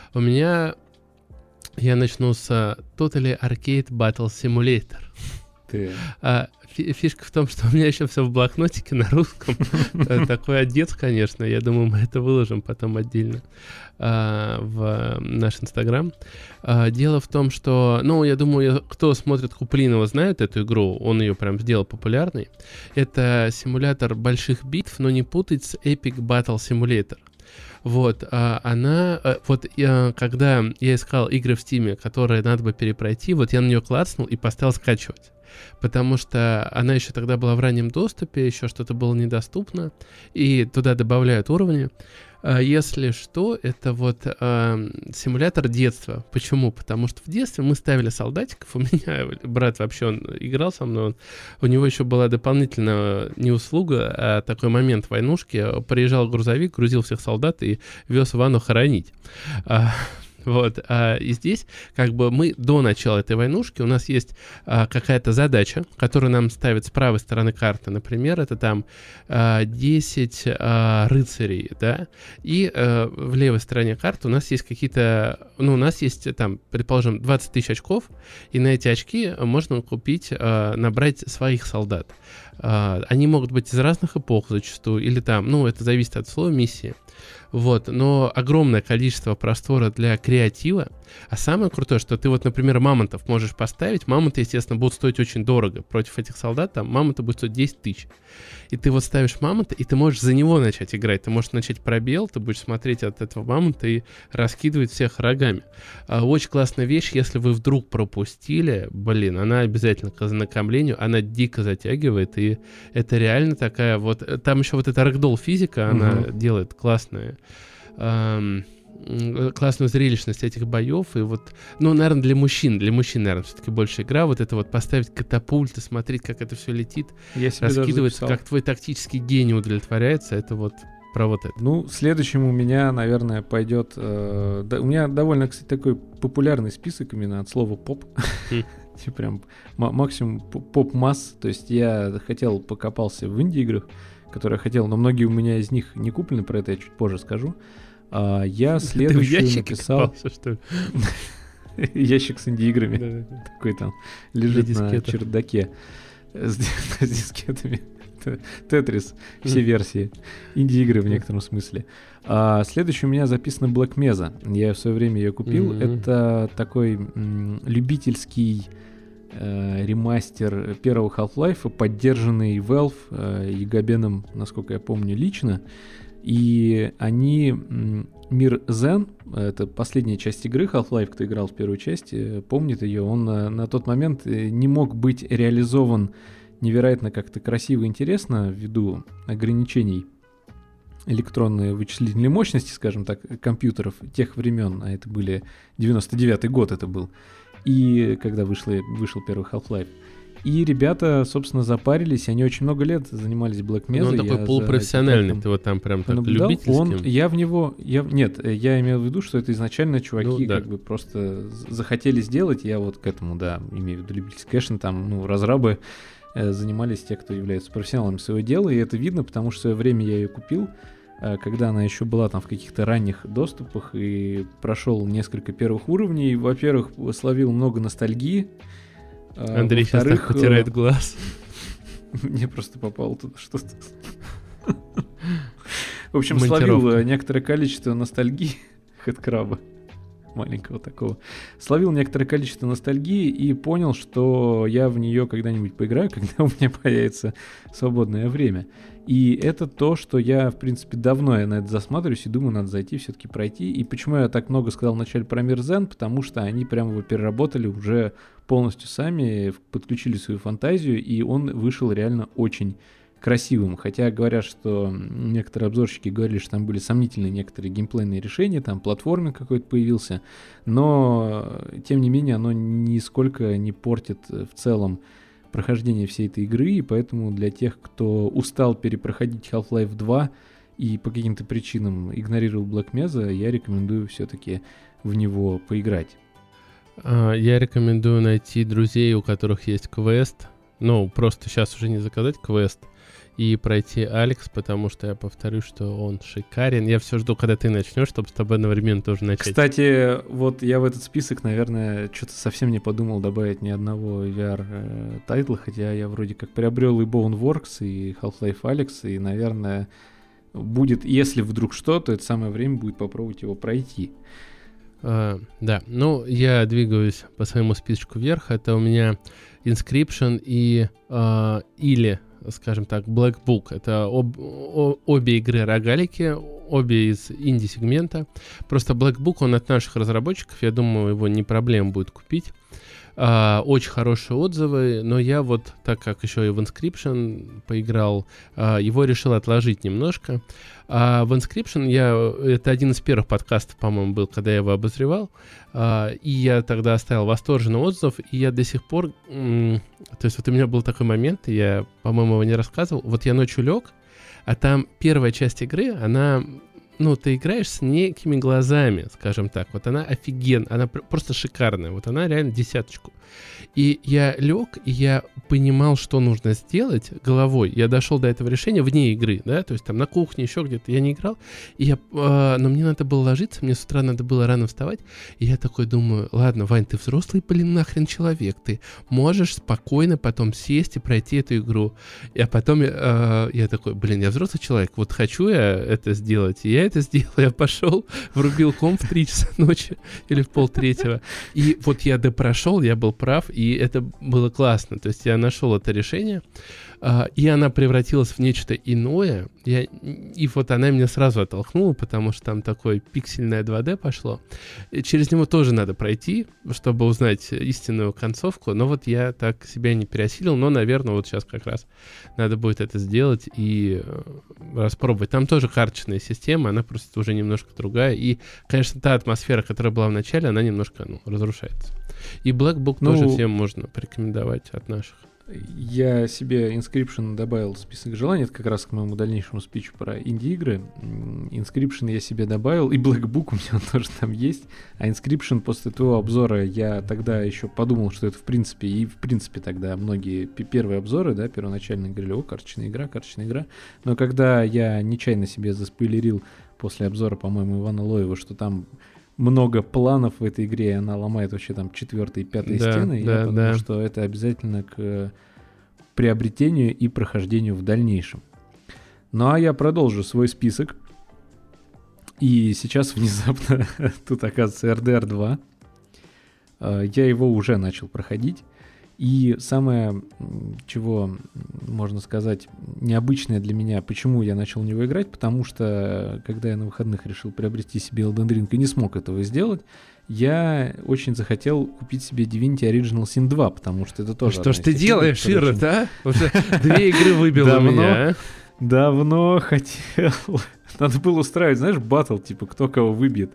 Я начну с Totally Arcade Battle Simulator. Фишка в том, что у меня еще все в блокнотике на русском. Такой отец, конечно. Я думаю, мы это выложим потом отдельно в наш Инстаграм. Дело в том, что, я думаю, кто смотрит Куплинова, знает эту игру. Он ее прям сделал популярной. Это симулятор больших битв, но не путать с Epic Battle Simulator. Когда я искал игры в Steam, которые надо бы перепройти, я на нее клацнул и поставил скачивать. Потому что она еще тогда была в раннем доступе, еще что-то было недоступно, и туда добавляют уровни. Если что, это симулятор детства. Почему? Потому что в детстве мы ставили солдатиков. У меня брат вообще, он играл со мной. У него еще была дополнительная не услуга, а такой момент войнушки. Приезжал грузовик, грузил всех солдат и вез Ивану хоронить. И здесь мы до начала этой войнушки, у нас есть какая-то задача, которую нам ставят с правой стороны карты. Например, это там 10 рыцарей, да, и в левой стороне карты у нас есть какие-то, у нас есть там, предположим, 20 тысяч очков, и на эти очки можно купить, набрать своих солдат. Они могут быть из разных эпох зачастую, или там, это зависит от слоя миссии. Но огромное количество простора для креатива. А самое крутое, что ты например, мамонтов можешь поставить. Мамонты, естественно, будут стоить очень дорого. Против этих солдат там мамонта будет стоить 10 тысяч. И ты ставишь мамонта, и ты можешь за него начать играть. Ты можешь начать пробел, ты будешь смотреть от этого мамонта и раскидывать всех рогами. Очень классная вещь, если вы вдруг пропустили, она обязательно к ознакомлению, она дико затягивает, и это реально такая там еще эта рэгдолл физика, она делает классную зрелищность этих боев, и наверное, для мужчин, наверное, все-таки больше игра, поставить катапульты, смотреть, как это все летит, раскидывается, как твой тактический гений удовлетворяется, это про это. Следующим у меня, наверное, пойдет, у меня довольно, кстати, такой популярный список именно от слова поп, прям максимум поп-масс, то есть я покопался в инди-играх, которые я хотел, но многие у меня из них не куплены, про это я чуть позже скажу. Я следующую написал... Ящик с инди-играми. Такой там лежит на чердаке с дискетами. Тетрис, все версии. Инди-игры в некотором смысле. Следующий у меня записан Black Mesa. Я в свое время ее купил. Это такой любительский ремастер первого Half-Life, поддержанный Valve и Габеном, насколько я помню, лично. И они Мир Зен, это последняя часть игры Half-Life, кто играл в первую часть, помнит ее, он на тот момент не мог быть реализован невероятно как-то красиво и интересно ввиду ограничений электронной вычислительной мощности, скажем так, компьютеров тех времен, а это были 99-й год это был, и когда вышел первый Half-Life. И ребята, собственно, запарились, они очень много лет занимались Black Mesa. Он такой полупрофессиональный, ты там прям так любительским. Я имел в виду, что это изначально чуваки просто захотели сделать, я к этому, имею в виду любительский, конечно, там, разрабы занимались те, кто является профессионалами своего дела, и это видно, потому что в свое время я ее купил, когда она еще была там в каких-то ранних доступах, и прошел несколько первых уровней. Во-первых, словил много ностальгии. Андрей сейчас так потирает глаз. Мне просто попало туда что-то. В общем, словил некоторое количество ностальгии. Хэдкраба маленького такого. Словил некоторое количество ностальгии и понял, что я в нее когда-нибудь поиграю, когда у меня появится свободное время. И это то, что я, в принципе, давно на это засматриваюсь и думаю, надо зайти, все-таки пройти. И почему я так много сказал вначале про Мир Зен? Потому что они прямо его переработали уже полностью сами, подключили свою фантазию, и он вышел реально очень красивым. Хотя говорят, что некоторые обзорщики говорили, что там были сомнительные некоторые геймплейные решения, там платформинг какой-то появился, но тем не менее оно нисколько не портит в целом прохождение всей этой игры, и поэтому для тех, кто устал перепроходить Half-Life 2 и по каким-то причинам игнорировал Black Mesa, я рекомендую все-таки в него поиграть. Я рекомендую найти друзей, у которых есть квест. Просто сейчас уже не заказать квест и пройти Алекс, потому что я повторю, что он шикарен. Я все жду, когда ты начнешь, чтобы с тобой одновременно тоже начать. Кстати, вот я в этот список, наверное, что-то совсем не подумал добавить ни одного VR-тайтла, хотя я вроде как приобрел и Boneworks, и Half-Life Alyx, и, наверное, будет, если вдруг что, то это самое время будет попробовать его пройти. Да, ну, я двигаюсь по своему списочку вверх. Это у меня Inscription и или, скажем так, Black Book. Это обе игры рогалики, обе из инди-сегмента. Просто Black Book, он от наших разработчиков, я думаю, его не проблема будет купить. Очень хорошие отзывы, но я вот, так как еще и в Inscription поиграл, его решил отложить немножко. В Inscription это один из первых подкастов, по-моему, был, когда я его обозревал, и я тогда оставил восторженный отзыв, и я до сих пор... То есть вот у меня был такой момент, я, по-моему, его не рассказывал, вот я ночью лег, а там первая часть игры, она... Ну, ты играешь с некими глазами, скажем так. Вот она офигенная, она просто шикарная. Вот она реально 10. И я лег, и я понимал, что нужно сделать головой. Я дошел до этого решения вне игры, да, то есть там на кухне, еще где-то. Я не играл, и но мне надо было ложиться, мне с утра надо было рано вставать. И я такой думаю, ладно, Вань, ты взрослый, блин, нахрен человек. Ты можешь спокойно потом сесть и пройти эту игру. А потом я такой, блин, я взрослый человек, вот хочу я это сделать. И я это сделал, я пошел, врубил комп в 3 часа ночи или в 2:30. И вот я допрошел, я был прав, и это было классно. То есть я нашел это решение, и она превратилась в нечто иное. И вот она меня сразу оттолкнула, потому что там такое пиксельное 2D пошло. И через него тоже надо пройти, чтобы узнать истинную концовку. Но вот я так себя не переосилил. Но, наверное, вот сейчас как раз надо будет это сделать и распробовать. Там тоже карточная система, она просто уже немножко другая. И, конечно, та атмосфера, которая была в начале, она немножко разрушается. И Black Book тоже всем можно порекомендовать от наших. Я себе Inscription добавил в список желаний, это как раз к моему дальнейшему спичу про инди-игры. Inscription я себе добавил, и Black Book у меня тоже там есть. А Inscription после твоего обзора я тогда еще подумал, что это в принципе тогда многие первые обзоры, да, первоначально говорили, карточная игра. Но когда я нечаянно себе заспойлерил после обзора, по-моему, Ивана Лоева, что там много планов в этой игре, и она ломает вообще там 4-й и 5-й стены. Я подумал, что это обязательно к приобретению и прохождению в дальнейшем. Ну а я продолжу свой список. И сейчас внезапно тут оказывается RDR 2. Я его уже начал проходить. И самое, чего, можно сказать, необычное для меня, почему я начал в него играть, потому что, когда я на выходных решил приобрести себе Elden Ring и не смог этого сделать, я очень захотел купить себе Divinity Original Sin 2, потому что это тоже... Что ж ты делаешь, Ирод, а? Уже 2 игры выбил у меня, Давно хотел. Надо было устраивать, знаешь, баттл, типа, кто кого выбьет.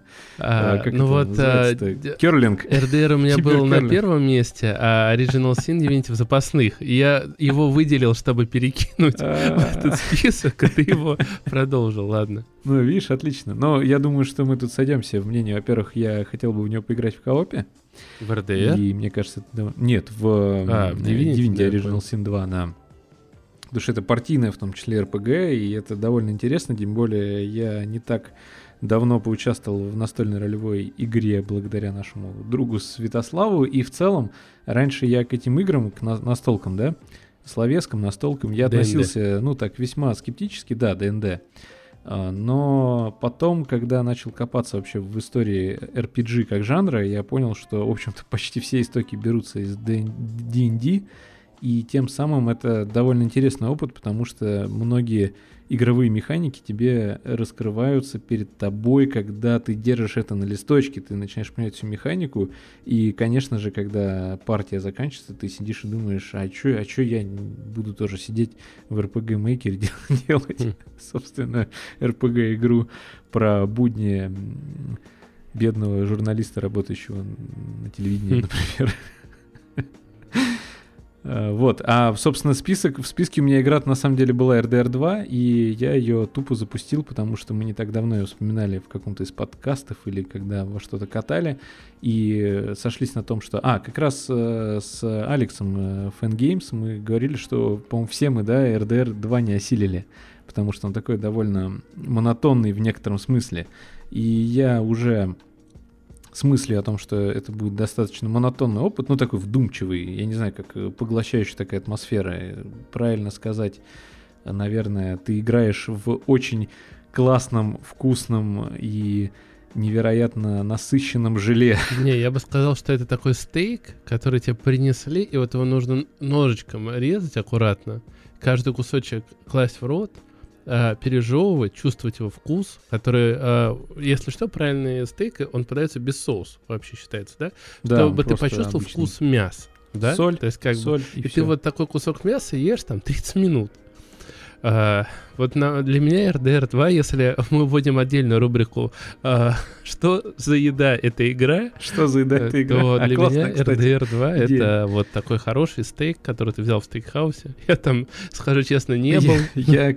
Керлинг. RDR у меня был на первом месте, а Original Sin Divinity в запасных. И я его выделил, чтобы перекинуть в этот список, а ты его продолжил, ладно. Ну, видишь, отлично. Но я думаю, что мы тут сойдемся в мнении. Во-первых, я хотел бы в него поиграть в коопе. В RDR? И мне кажется... Нет, в Divinity Original Sin 2, да. Потому что это партийное, в том числе RPG, и это довольно интересно, тем более я не так давно поучаствовал в настольной ролевой игре благодаря нашему другу Святославу, и в целом раньше я к этим играм, к настолкам, да, словескам, настолкам, я относился, весьма скептически, да, ДНД. Но потом, когда начал копаться вообще в истории RPG как жанра, я понял, что, в общем-то, почти все истоки берутся из D&D, и тем самым это довольно интересный опыт, потому что многие игровые механики тебе раскрываются перед тобой, когда ты держишь это на листочке, ты начинаешь понимать всю механику, и, конечно же, когда партия заканчивается, ты сидишь и думаешь, а чё я буду тоже сидеть в RPG Maker делать, собственно, RPG-игру про будни бедного журналиста, работающего на телевидении, например. Вот, собственно, в списке у меня игра на самом деле была RDR 2, и я ее тупо запустил, потому что мы не так давно ее вспоминали в каком-то из подкастов или когда во что-то катали, и сошлись на том, что... как раз с Алексом Fangames мы говорили, что, по-моему, все мы, да, RDR 2 не осилили, потому что он такой довольно монотонный в некотором смысле, и я уже... с мыслью о том, что это будет достаточно монотонный опыт, ну, такой вдумчивый, я не знаю, как поглощающая такая атмосфера. Правильно сказать, наверное, ты играешь в очень классном, вкусном и невероятно насыщенном желе. Не, я бы сказал, что это такой стейк, который тебе принесли, и вот его нужно ножичком резать аккуратно, каждый кусочек класть в рот, пережевывать, чувствовать его вкус, который, если что, правильный стейк, он подается без соуса, вообще считается, да? Да, чтобы ты почувствовал обычный. вкус мяса, да? Соль, то есть как соль бы, и ты вот такой кусок мяса ешь там 30 минут. Вот для меня RDR 2, если мы вводим отдельную рубрику «Что за еда эта игра?», что за еда эта игра? то для классно, меня кстати, RDR 2 идея. это вот такой хороший стейк, который ты взял в стейкхаусе. Я там, скажу честно, не был. Я,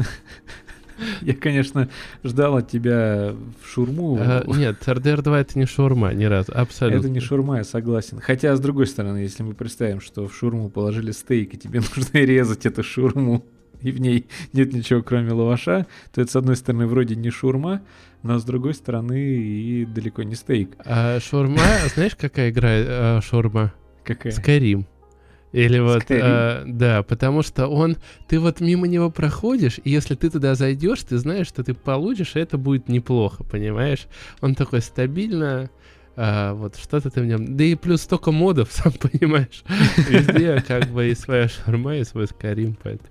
конечно, ждал от тебя в шаурму. Нет, RDR 2 это не шаурма ни разу, абсолютно. Это не шаурма, я согласен. Хотя, с другой стороны, если мы представим, что в шаурму положили стейк, и тебе нужно резать эту шаурму, и в ней нет ничего, кроме лаваша, то это, с одной стороны, вроде не шаурма, но с другой стороны, и далеко не стейк. Шаурма, знаешь, какая игра шаурма? Какая? Skyrim. Или вот, Skyrim? да, потому что ты вот мимо него проходишь, и если ты туда зайдешь, ты знаешь, что ты получишь, и это будет неплохо, понимаешь? Он такой стабильно, вот что-то ты в нем... Да и плюс столько модов, сам понимаешь. Везде как бы и своя шаурма, и свой Skyrim, поэтому...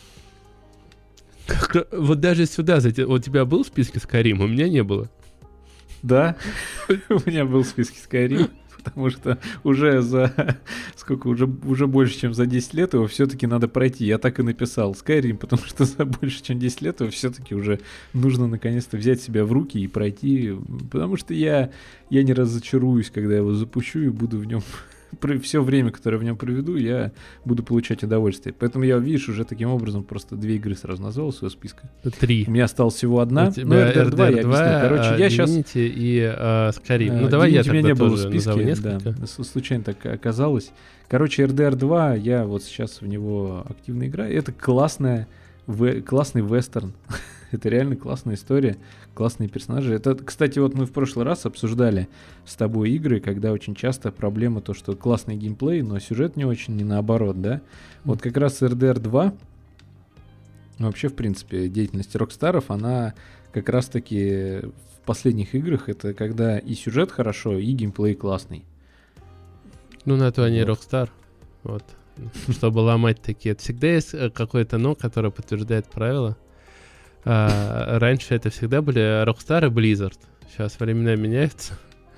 Вот даже сюда зайти... У тебя был в списке Skyrim? У меня не было. Да, у меня был в списке Skyrim, потому что уже уже больше, чем за 10 лет его все-таки надо пройти. Я так и написал Skyrim, потому что за больше, чем 10 лет его все-таки уже нужно наконец-то взять себя в руки и пройти, потому что я не разочаруюсь, когда я его запущу и буду в нем... Все время, которое в нем проведу, я буду получать удовольствие. Поэтому я, видишь, уже таким образом просто 2 игры сразу назвал своего списка. 3. У меня осталось всего одна. У тебя RDR 2 я объясню. Короче, я сейчас... Divinity и Skyrim. Давай я тогда не было в тоже списке, назову несколько. Да, случайно так оказалось. Короче, RDR 2, я вот сейчас в него активно играю. Это классный вестерн. Это реально классная история, классные персонажи. Это, кстати, вот мы в прошлый раз обсуждали с тобой игры, когда очень часто проблема то, что классный геймплей, но сюжет не очень, не наоборот, да? Вот как раз RDR 2, вообще, в принципе, деятельность Рокстаров, она как раз-таки в последних играх, это когда и сюжет хорошо, и геймплей классный. Ну, на то они Вот. Rockstar. Вот. Чтобы ломать такие. Всегда есть какое-то «но», которое подтверждает правила. Раньше это всегда были Rockstar и Blizzard. Сейчас времена меняются.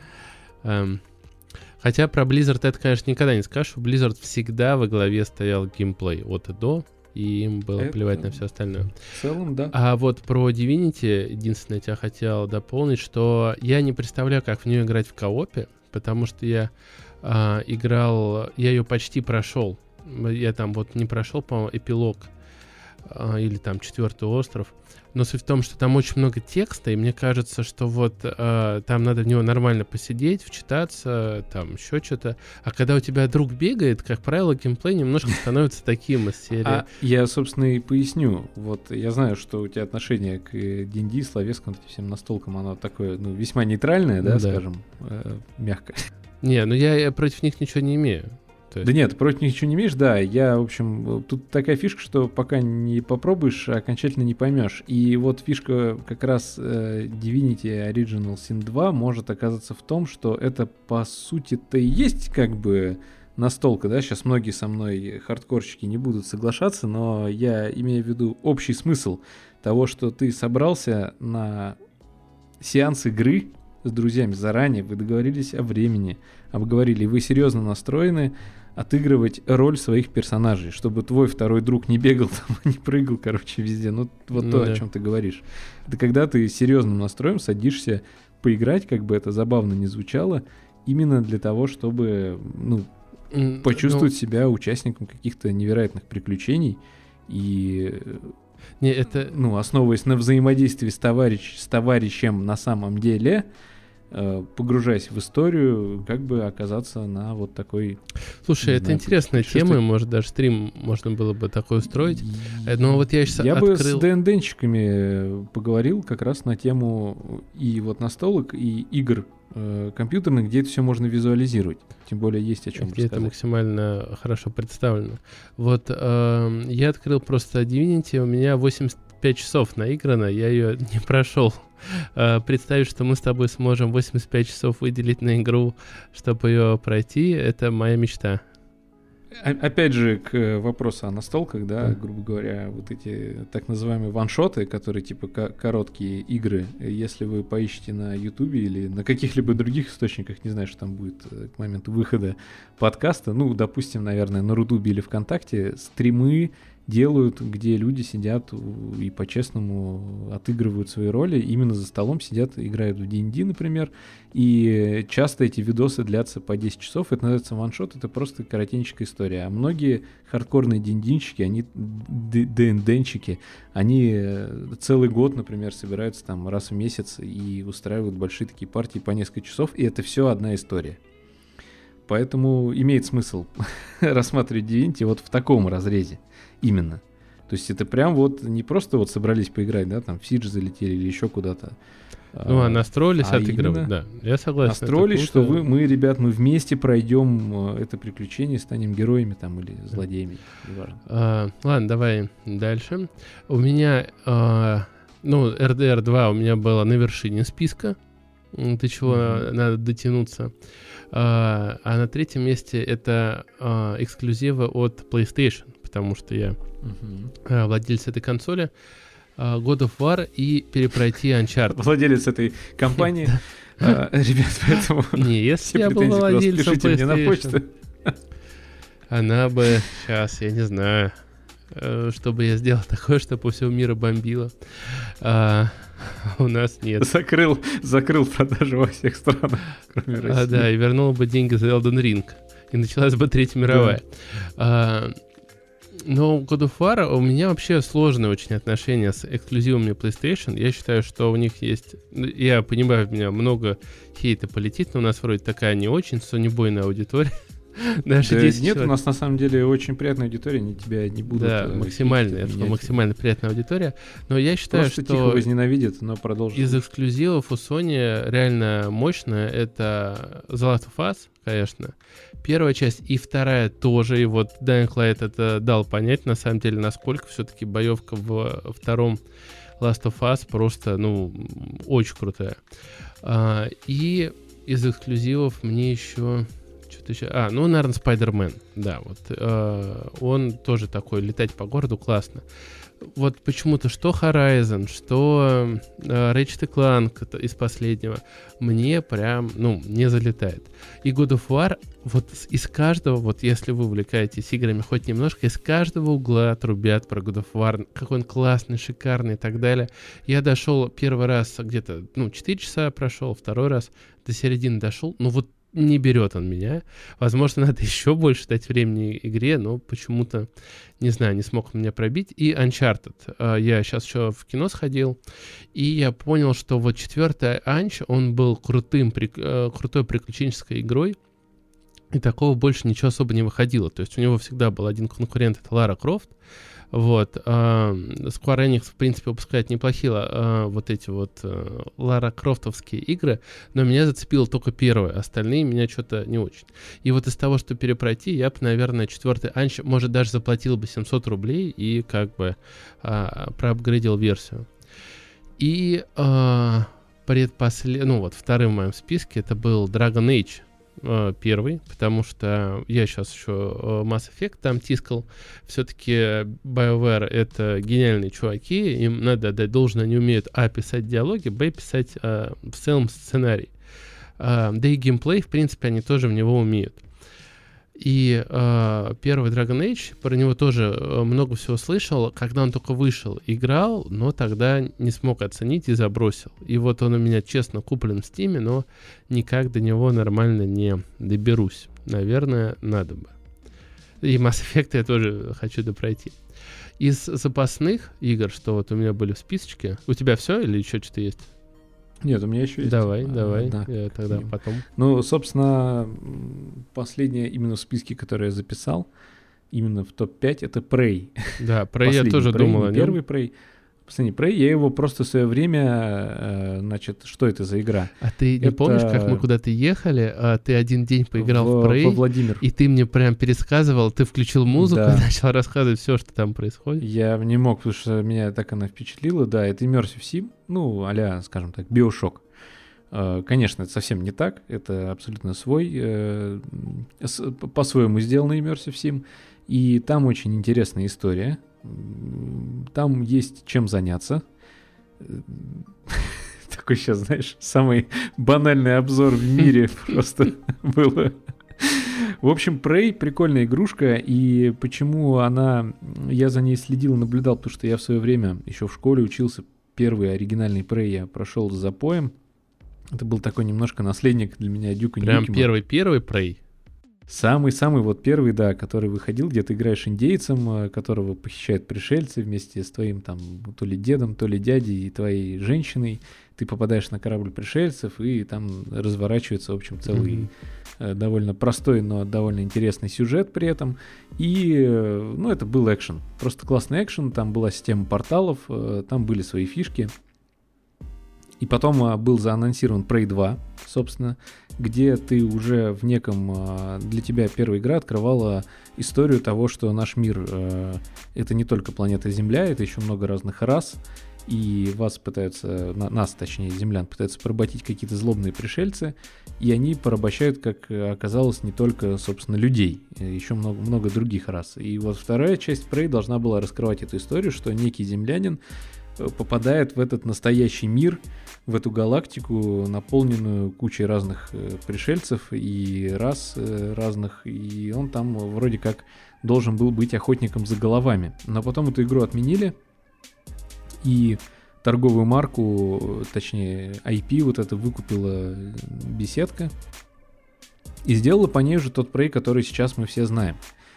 Хотя про Blizzard это, конечно, никогда не скажешь. У Blizzard всегда во главе стоял геймплей от и до, и им было плевать на все остальное. В целом, да. А вот про Divinity, единственное, я тебя хотел дополнить, что я не представляю, как в нее играть в коопе, потому что я играл, я ее почти прошел. Я там вот не прошел, по-моему, эпилог или там 4-й остров. Но суть в том, что там очень много текста, и мне кажется, что вот там надо в него нормально посидеть, вчитаться, там еще что-то. А когда у тебя друг бегает, как правило, геймплей немножко становится таким из серии. Я, собственно, и поясню. Вот я знаю, что у тебя отношение к D&D, словескому, всем настолкам, оно такое, ну, весьма нейтральное, да, скажем, мягко. Не, ну я против них ничего не имею. Да нет, против них ничего не имеешь, да. Я, в общем, тут такая фишка, что пока не попробуешь, окончательно не поймешь. И вот фишка как раз Divinity Original Sin 2 может оказаться в том, что это по сути-то и есть как бы настолка, да. Сейчас многие со мной хардкорщики не будут соглашаться, но я имею в виду общий смысл того, что ты собрался на сеанс игры с друзьями заранее, вы договорились о времени, обговорили, и вы серьезно настроены отыгрывать роль своих персонажей, чтобы твой второй друг не бегал там, не прыгал, короче, везде. Ну, вот то, о чем ты говоришь. Это когда ты серьезным настроем садишься поиграть, как бы это забавно ни звучало, именно для того, чтобы, ну, почувствовать себя участником каких-то невероятных приключений и, основываясь на взаимодействии с товарищем на самом деле, погружаясь в историю, как бы оказаться на вот такой... Слушай, это интересная тема, может, даже стрим можно было бы такой устроить. Но вот я сейчас бы с ДНД-нщиками поговорил как раз на тему и вот настолок, и игр компьютерных, где это все можно визуализировать. Тем более есть о чем рассказать. Это максимально хорошо представлено. Вот я открыл просто Divinity, у меня 85 часов наиграно, я ее не прошел. Представить, что мы с тобой сможем 85 часов выделить на игру, чтобы ее пройти, это моя мечта. Опять же, к вопросу о настолках, да, грубо говоря, вот эти так называемые ваншоты, которые типа короткие игры, если вы поищете на Ютубе или на каких-либо других источниках, не знаю, что там будет к моменту выхода подкаста, допустим, наверное, на Рутубе или ВКонтакте, стримы делают, где люди сидят и по-честному отыгрывают свои роли, именно за столом сидят, играют в D&D, например, и часто эти видосы длятся по 10 часов, это называется ваншот, это просто коротенькая история, а многие хардкорные D&D-нщики, они D&D-нщики, они целый год, например, собираются там раз в месяц и устраивают большие такие партии по несколько часов, и это все одна история. Поэтому имеет смысл рассматривать Divinity вот в таком разрезе именно. То есть это прям вот не просто вот собрались поиграть, да, там в Сидж залетели или еще куда-то. Настроились отыгрывать, да. Я согласен. Настроились, что мы, ребят, мы вместе пройдем это приключение, станем героями там или злодеями. Ладно, давай дальше. У меня, RDR 2 у меня было на вершине списка, до чего надо дотянуться. А на третьем месте это эксклюзивы от PlayStation, потому что я владелец этой консоли, God of War и перепройти Uncharted. Владелец этой компании. Ребят, поэтому не, если я был владельцем PlayStation, мне на почту. Она бы сейчас, я не знаю, чтобы я сделал такое, что по всему миру бомбило. У нас нет. Закрыл продажи во всех странах, кроме России. Да, и вернул бы деньги за Elden Ring. И началась бы Третья мировая. Но у God of War у меня вообще сложные очень отношения с эксклюзивами PlayStation. Я считаю, что у них есть... Я понимаю, у меня много хейта полетит, но у нас вроде такая не очень сонебойная аудитория. Нет, у нас на самом деле очень приятная аудитория, они тебя не будут... Да, максимально приятная аудитория. Но я считаю, просто что... тихо возненавидят, но продолжим. Из эксклюзивов у Sony реально мощная. Это The Last of Us, конечно. Первая часть и вторая тоже. И вот Dying Light это дал понять, на самом деле, насколько все-таки боевка в втором Last of Us просто, очень крутая. И из эксклюзивов мне еще... наверное, Spider-Man. Да, вот. Он тоже такой, летать по городу классно. Вот почему-то что Horizon, что Ratchet & Clank из последнего мне прям, не залетает. И God of War, вот из каждого, вот если вы увлекаетесь играми хоть немножко, из каждого угла трубят про God of War, какой он классный, шикарный и так далее. Я дошел первый раз где-то, 4 часа прошел, второй раз до середины дошел, не берет он меня. Возможно, надо еще больше дать времени игре, но почему-то, не знаю, не смог меня пробить. И Uncharted. Я сейчас еще в кино сходил, и я понял, что вот четвертый Анч, он был крутой приключенческой игрой, и такого больше ничего особо не выходило. То есть у него всегда был один конкурент, это Лара Крофт. Вот. Square Enix, в принципе, выпускает неплохие вот эти вот Лара Крофтовские игры, но меня зацепило только первое, остальные меня что-то не очень. И вот из того, что перепройти, я бы, наверное, четвертый Анч, может, даже заплатил бы 700 рублей и как бы проапгрейдил версию. И вторым в моем списке это был Dragon Age. Первый, потому что я сейчас еще Mass Effect там тискал. Все-таки BioWare — это гениальные чуваки, им надо отдать должное, они умеют писать диалоги, писать в целом сценарий. Да и геймплей, в принципе, они тоже в него умеют. И первый Dragon Age, про него тоже много всего слышал. Когда он только вышел, играл, но тогда не смог оценить и забросил. И вот он у меня честно куплен в Steam, но никак до него нормально не доберусь. Наверное, надо бы. И Mass Effect я тоже хочу допройти. Из запасных игр, что вот у меня были в списочке, у тебя все или еще что-то есть? Нет, у меня еще есть. Давай, да. Я тогда потом. Ну, собственно, последнее именно в списке, которое я записал, именно в топ-5, это Prey. Да, Prey я тоже думал о нем. Первый Prey. Последний Prey, я его просто в свое время, значит, что это за игра? А ты не помнишь, как мы куда-то ехали, а ты один день поиграл в Prey, во Владимир. И ты мне прям пересказывал, ты включил музыку и начал рассказывать все, что там происходит? Я не мог, потому что меня так она впечатлила. Да, это Immersive Sim, ну, а-ля, скажем так, Bioshock. Конечно, это совсем не так, это абсолютно свой, по-своему сделанный Immersive Sim, и там очень интересная история. Там есть чем заняться. Такой сейчас, знаешь, самый банальный обзор в мире просто было. В общем, Prey прикольная игрушка, и почему я за ней следил, наблюдал, потому что я в свое время еще в школе учился, первый оригинальный Prey я прошел с запоем. Это был такой немножко наследник для меня Дюка Нюкема. Прям первый Prey? Самый-самый вот первый, да, который выходил, где ты играешь индейцем, которого похищают пришельцы вместе с твоим там то ли дедом, то ли дядей и твоей женщиной. Ты попадаешь на корабль пришельцев, и там разворачивается, в общем, целый довольно простой, но довольно интересный сюжет при этом. И, ну, это был экшен. Просто классный экшен, там была система порталов, там были свои фишки. И потом был заанонсирован Prey 2, собственно, где ты уже в неком... Для тебя первая игра открывала историю того, что наш мир — это не только планета Земля, это еще много разных рас, и вас пытаются, нас, точнее, землян, пытаются поработить какие-то злобные пришельцы, и они порабощают, как оказалось, не только, собственно, людей, еще много других рас. И вот вторая часть Prey должна была раскрывать эту историю, что некий землянин попадает в этот настоящий мир, в эту галактику, наполненную кучей разных пришельцев и рас разных, и он там вроде как должен был быть охотником за головами. Но потом эту игру отменили, и торговую марку, точнее IP вот это выкупила беседка и сделала по ней уже тот Prey, который сейчас мы все знаем.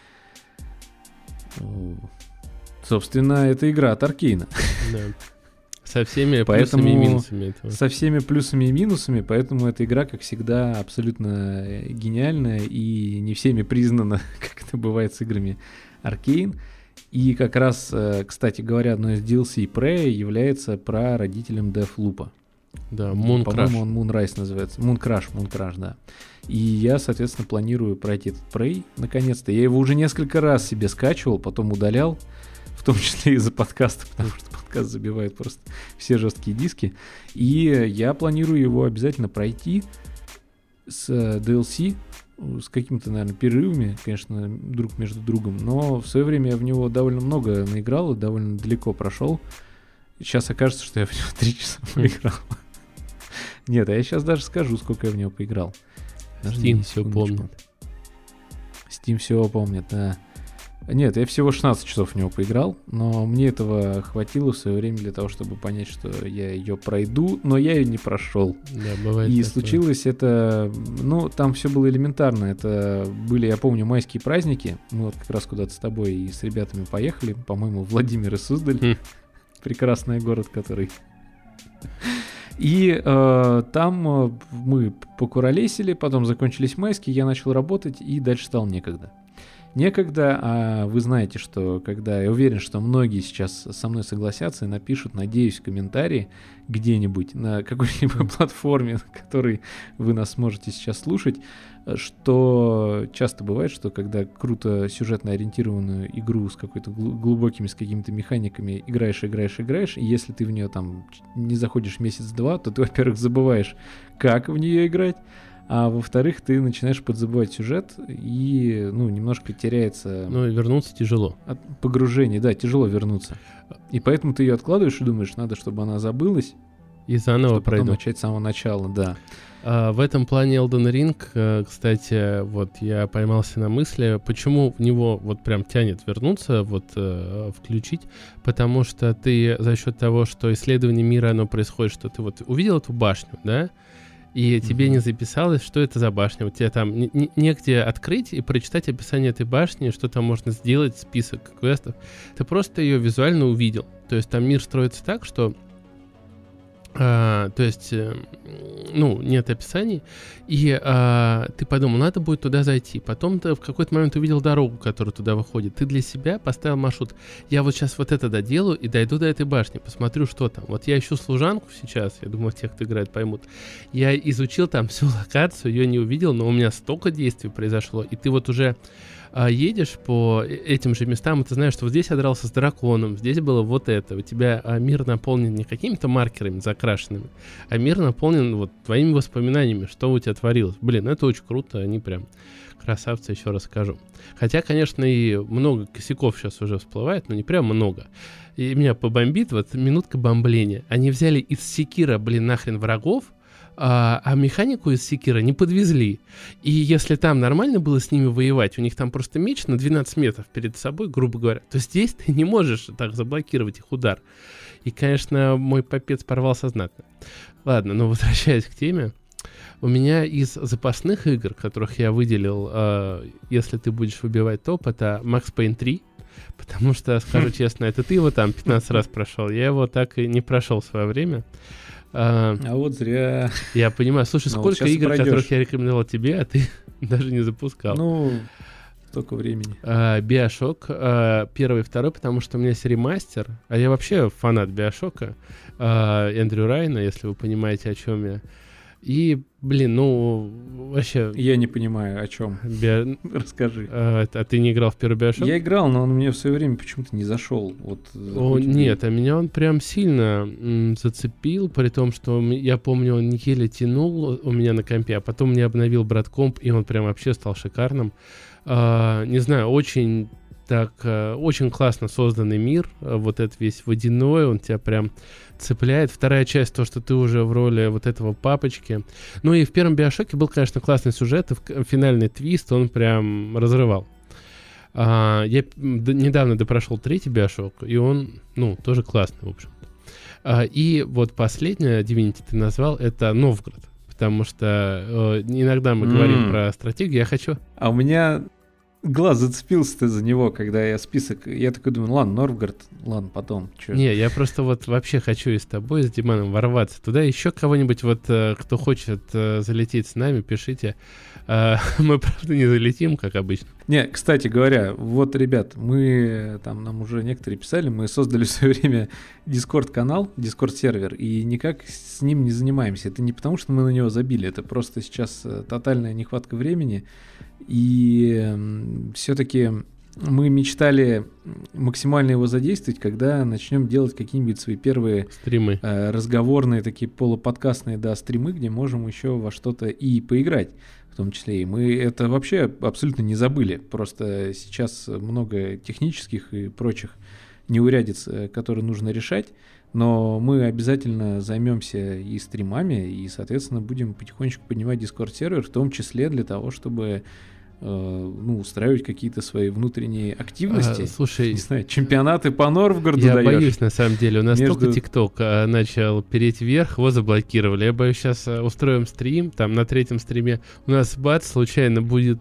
Собственно, это игра от Аркейна. Да. Со всеми плюсами и минусами этого. Со всеми плюсами и минусами, поэтому эта игра, как всегда, абсолютно гениальная и не всеми признана, как это бывает с играми Аркейн. И как раз, кстати говоря, одной из DLC Prey является прародителем Deathloop. Да, Moon Crash. По-моему, он Moonrise называется. Moon Crash, да. И я, соответственно, планирую пройти этот Prey наконец-то. Я его уже несколько раз себе скачивал, потом удалял, в том числе из-за подкаста, потому что подкаст забивает просто все жесткие диски. И я планирую его обязательно пройти с DLC, с какими-то, наверное, перерывами, конечно, друг между другом, но в свое время я в него довольно много наиграл и довольно далеко прошел. Сейчас окажется, что я в него 3 часа поиграл. Нет, а я сейчас даже скажу, сколько я в него поиграл. Steam все помнит. Steam все помнит, да. Нет, я всего 16 часов в него поиграл, но мне этого хватило в свое время для того, чтобы понять, что я ее пройду, но я ее не прошел. Да, бывает и такое. Случилось это, ну, там все было элементарно. Это были, я помню, майские праздники. Мы вот как раз куда-то с тобой и с ребятами поехали, по-моему, Владимир и Суздаль. Прекрасный город, который... И там мы покуролесили, потом закончились майские, я начал работать, и дальше стало некогда. А вы знаете, что когда... Я уверен, что многие сейчас со мной согласятся и напишут, надеюсь, в комментарии где-нибудь на какой-либо платформе, на которой вы нас можете сейчас слушать, что часто бывает, что когда круто сюжетно ориентированную игру с какой-то глубокими, с какими-то механиками играешь, и если ты в нее там не заходишь месяц-два, то ты, во-первых, забываешь, как в нее играть, а во-вторых, ты начинаешь подзабывать сюжет, и, ну, немножко теряется... Ну, и вернуться тяжело. От погружения, да, тяжело вернуться. И поэтому ты ее откладываешь и думаешь, надо, чтобы она забылась. И заново чтобы потом пройду. начать с самого начала, да. В этом плане Elden Ring, кстати, вот я поймался на мысли, почему в него вот прям тянет вернуться, вот включить, потому что ты за счет того, что исследование мира, оно происходит, что ты вот увидел эту башню, да, и тебе не записалось, что это за башня, у тебя там негде открыть и прочитать описание этой башни, что там можно сделать, список квестов, ты просто ее визуально увидел, то есть там мир строится так, что то есть, нет описаний, и ты подумал, надо будет туда зайти. Потом ты в какой-то момент увидел дорогу, которая туда выходит. Ты для себя поставил маршрут. Я вот сейчас вот это доделаю и дойду до этой башни, посмотрю, что там. Вот я ищу служанку сейчас, я думаю, те, кто играет, поймут. Я изучил там всю локацию, ее не увидел, но у меня столько действий произошло, и ты вот уже едешь по этим же местам, и ты знаешь, что вот здесь я дрался с драконом, здесь было вот это. У тебя мир наполнен не какими-то маркерами закрашенными, а мир наполнен вот твоими воспоминаниями, что у тебя творилось. Блин, это очень круто, они прям красавцы, еще раз скажу. Хотя, конечно, и много косяков сейчас уже всплывает, но не прям много. И меня побомбит вот минутка бомбления. Они взяли из Секира, нахрен врагов, а механику из Секира не подвезли. И если там нормально было с ними воевать, у них там просто меч на 12 метров перед собой, грубо говоря, то здесь ты не можешь так заблокировать их удар. И, конечно, мой попец порвался знатно. Ладно, но возвращаясь к теме, у меня из запасных игр, которых я выделил, если ты будешь выбивать топ, это Max Payne 3, потому что, скажу честно, это ты его там 15 раз прошел, я его так и не прошел в свое время. А вот зря. Я понимаю. Слушай, сколько вот игр, которых я рекомендовал тебе, а ты даже не запускал? Ну, столько времени. Биошок, первый и второй, потому что у меня есть ремастер, а я вообще фанат Биошока, Эндрю Райна, если вы понимаете, о чем я. И, вообще... Я не понимаю, о чем. Расскажи. А ты не играл в первый Биошок? Я играл, но он мне в свое время почему-то не зашел. Нет, а меня он прям сильно зацепил, при том, что я помню, он еле тянул у меня на компе, а потом мне обновил брат комп, и он прям вообще стал шикарным. Не знаю, очень классно созданный мир, вот этот весь водяной, он тебя прям цепляет. Вторая часть, то, что ты уже в роли вот этого папочки. Ну и в первом Биошоке был, конечно, классный сюжет, и финальный твист, он прям разрывал. Я недавно допрошел третий Биошок, и он, тоже классный, в общем-то. И вот последнее, Divinity ты назвал, это Новгород, потому что иногда мы говорим про стратегию, я хочу... А у меня... Глаз зацепился-то за него, когда я список... Я такой думаю, ладно, Новгород, ладно, потом. Чё? Не, я просто вот вообще хочу и с тобой, с Диманом ворваться туда. Еще кого-нибудь, вот, кто хочет залететь с нами, пишите. Мы, правда, не залетим, как обычно. Не, кстати говоря, вот, ребят, нам уже некоторые писали, мы создали в свое время Discord-канал, Discord-сервер, и никак с ним не занимаемся. Это не потому, что мы на него забили, это просто сейчас тотальная нехватка времени. И все-таки мы мечтали максимально его задействовать, когда начнем делать какие-нибудь свои первые стримы, разговорные, такие полуподкастные, стримы, где можем еще во что-то и поиграть, в том числе. И мы это вообще абсолютно не забыли. Просто сейчас много технических и прочих неурядиц, которые нужно решать. Но мы обязательно займемся и стримами, и, соответственно, будем потихонечку поднимать Discord-сервер, в том числе для того, чтобы устраивать какие-то свои внутренние активности. Слушай, не знаю, чемпионаты по Норвгороду я даешь. Боюсь, на самом деле. У нас только ТикТок начал переть вверх, его заблокировали. Я боюсь, сейчас устроим стрим, там на третьем стриме у нас случайно будет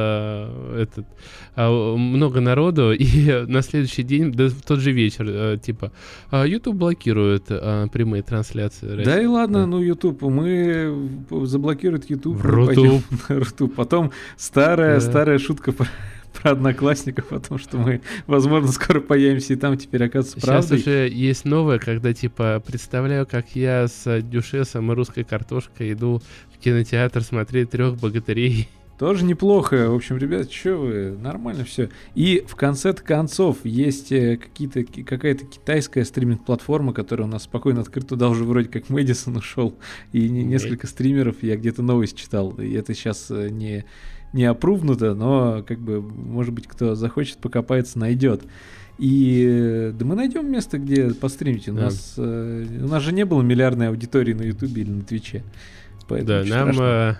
много народу, и на следующий день, в тот же вечер, YouTube блокирует прямые трансляции. Да и ладно, YouTube, мы заблокирует YouTube. Рутуб. Потом старая шутка про Одноклассников о том, что мы, возможно, скоро появимся и там теперь, оказывается, правдой. Сейчас уже есть новое, когда, представляю, как я с Дюшесом и русской картошкой иду в кинотеатр смотреть «Трех богатырей». Тоже неплохо. В общем, ребят, что вы, нормально все. И в конце концов есть какая-то китайская стриминг-платформа, которая у нас спокойно открыта. Туда уже вроде как Мэдисон ушел. И несколько стримеров, я где-то новость читал. И это сейчас не опрувнуто, но может быть, кто захочет покопается, найдет. И мы найдем место, где постримить. У нас же не было миллиардной аудитории на Ютубе или на Твиче. Да, нам...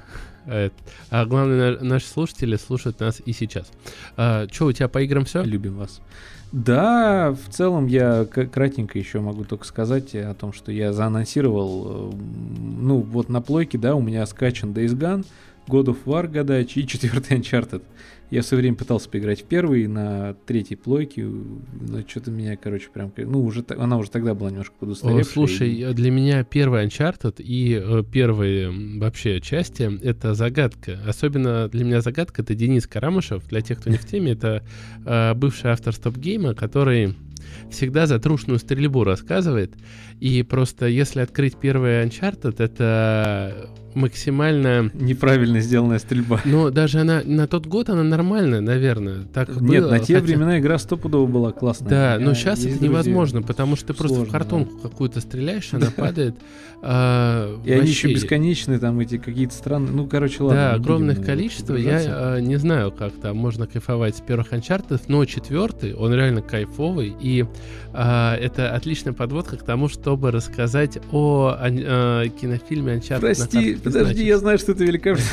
А главное, наши слушатели слушают нас и сейчас. Что, у тебя по играм все? Любим вас. Да, в целом я кратенько еще могу только сказать о том, что я заанонсировал, ну вот на плойке, да, у меня скачан Days Gone, God of War Гадач и 4-й Uncharted. Я все время пытался поиграть в первый, на 3-й плойке, но что-то меня, короче, прям, ну, она уже тогда была немножко подустаревшая. Слушай, для меня первый Uncharted и первые вообще части — это загадка. Особенно для меня загадка — это Денис Карамышев. Для тех, кто не в теме, это бывший автор стоп-гейма, который всегда за трушную стрельбу рассказывает. И просто если открыть первый Uncharted, это максимально... неправильно сделанная стрельба. Но даже она на тот год она нормальная, наверное. Так Нет, было, на те времена игра стопудово была классная. Да, но сейчас это невозможно, потому что ты сложно, просто в картонку какую-то стреляешь, она падает. И они еще бесконечные, там эти какие-то странные... Ну, короче, ладно. Да, огромных количество. Я не знаю, как там можно кайфовать с первых Uncharted, но 4-й, он реально кайфовый. И это отличная подводка к тому, чтобы рассказать о кинофильме Uncharted. Прости, подожди, я знаю, что это великолепно.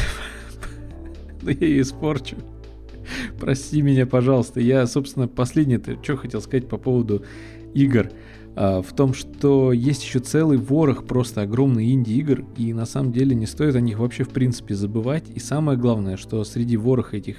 Но я ее испорчу. Прости меня, пожалуйста. Я, собственно, последнее-то, что хотел сказать по поводу игр. В том, что есть еще целый ворох просто огромный инди-игр, и на самом деле не стоит о них вообще в принципе забывать. И самое главное, что среди вороха этих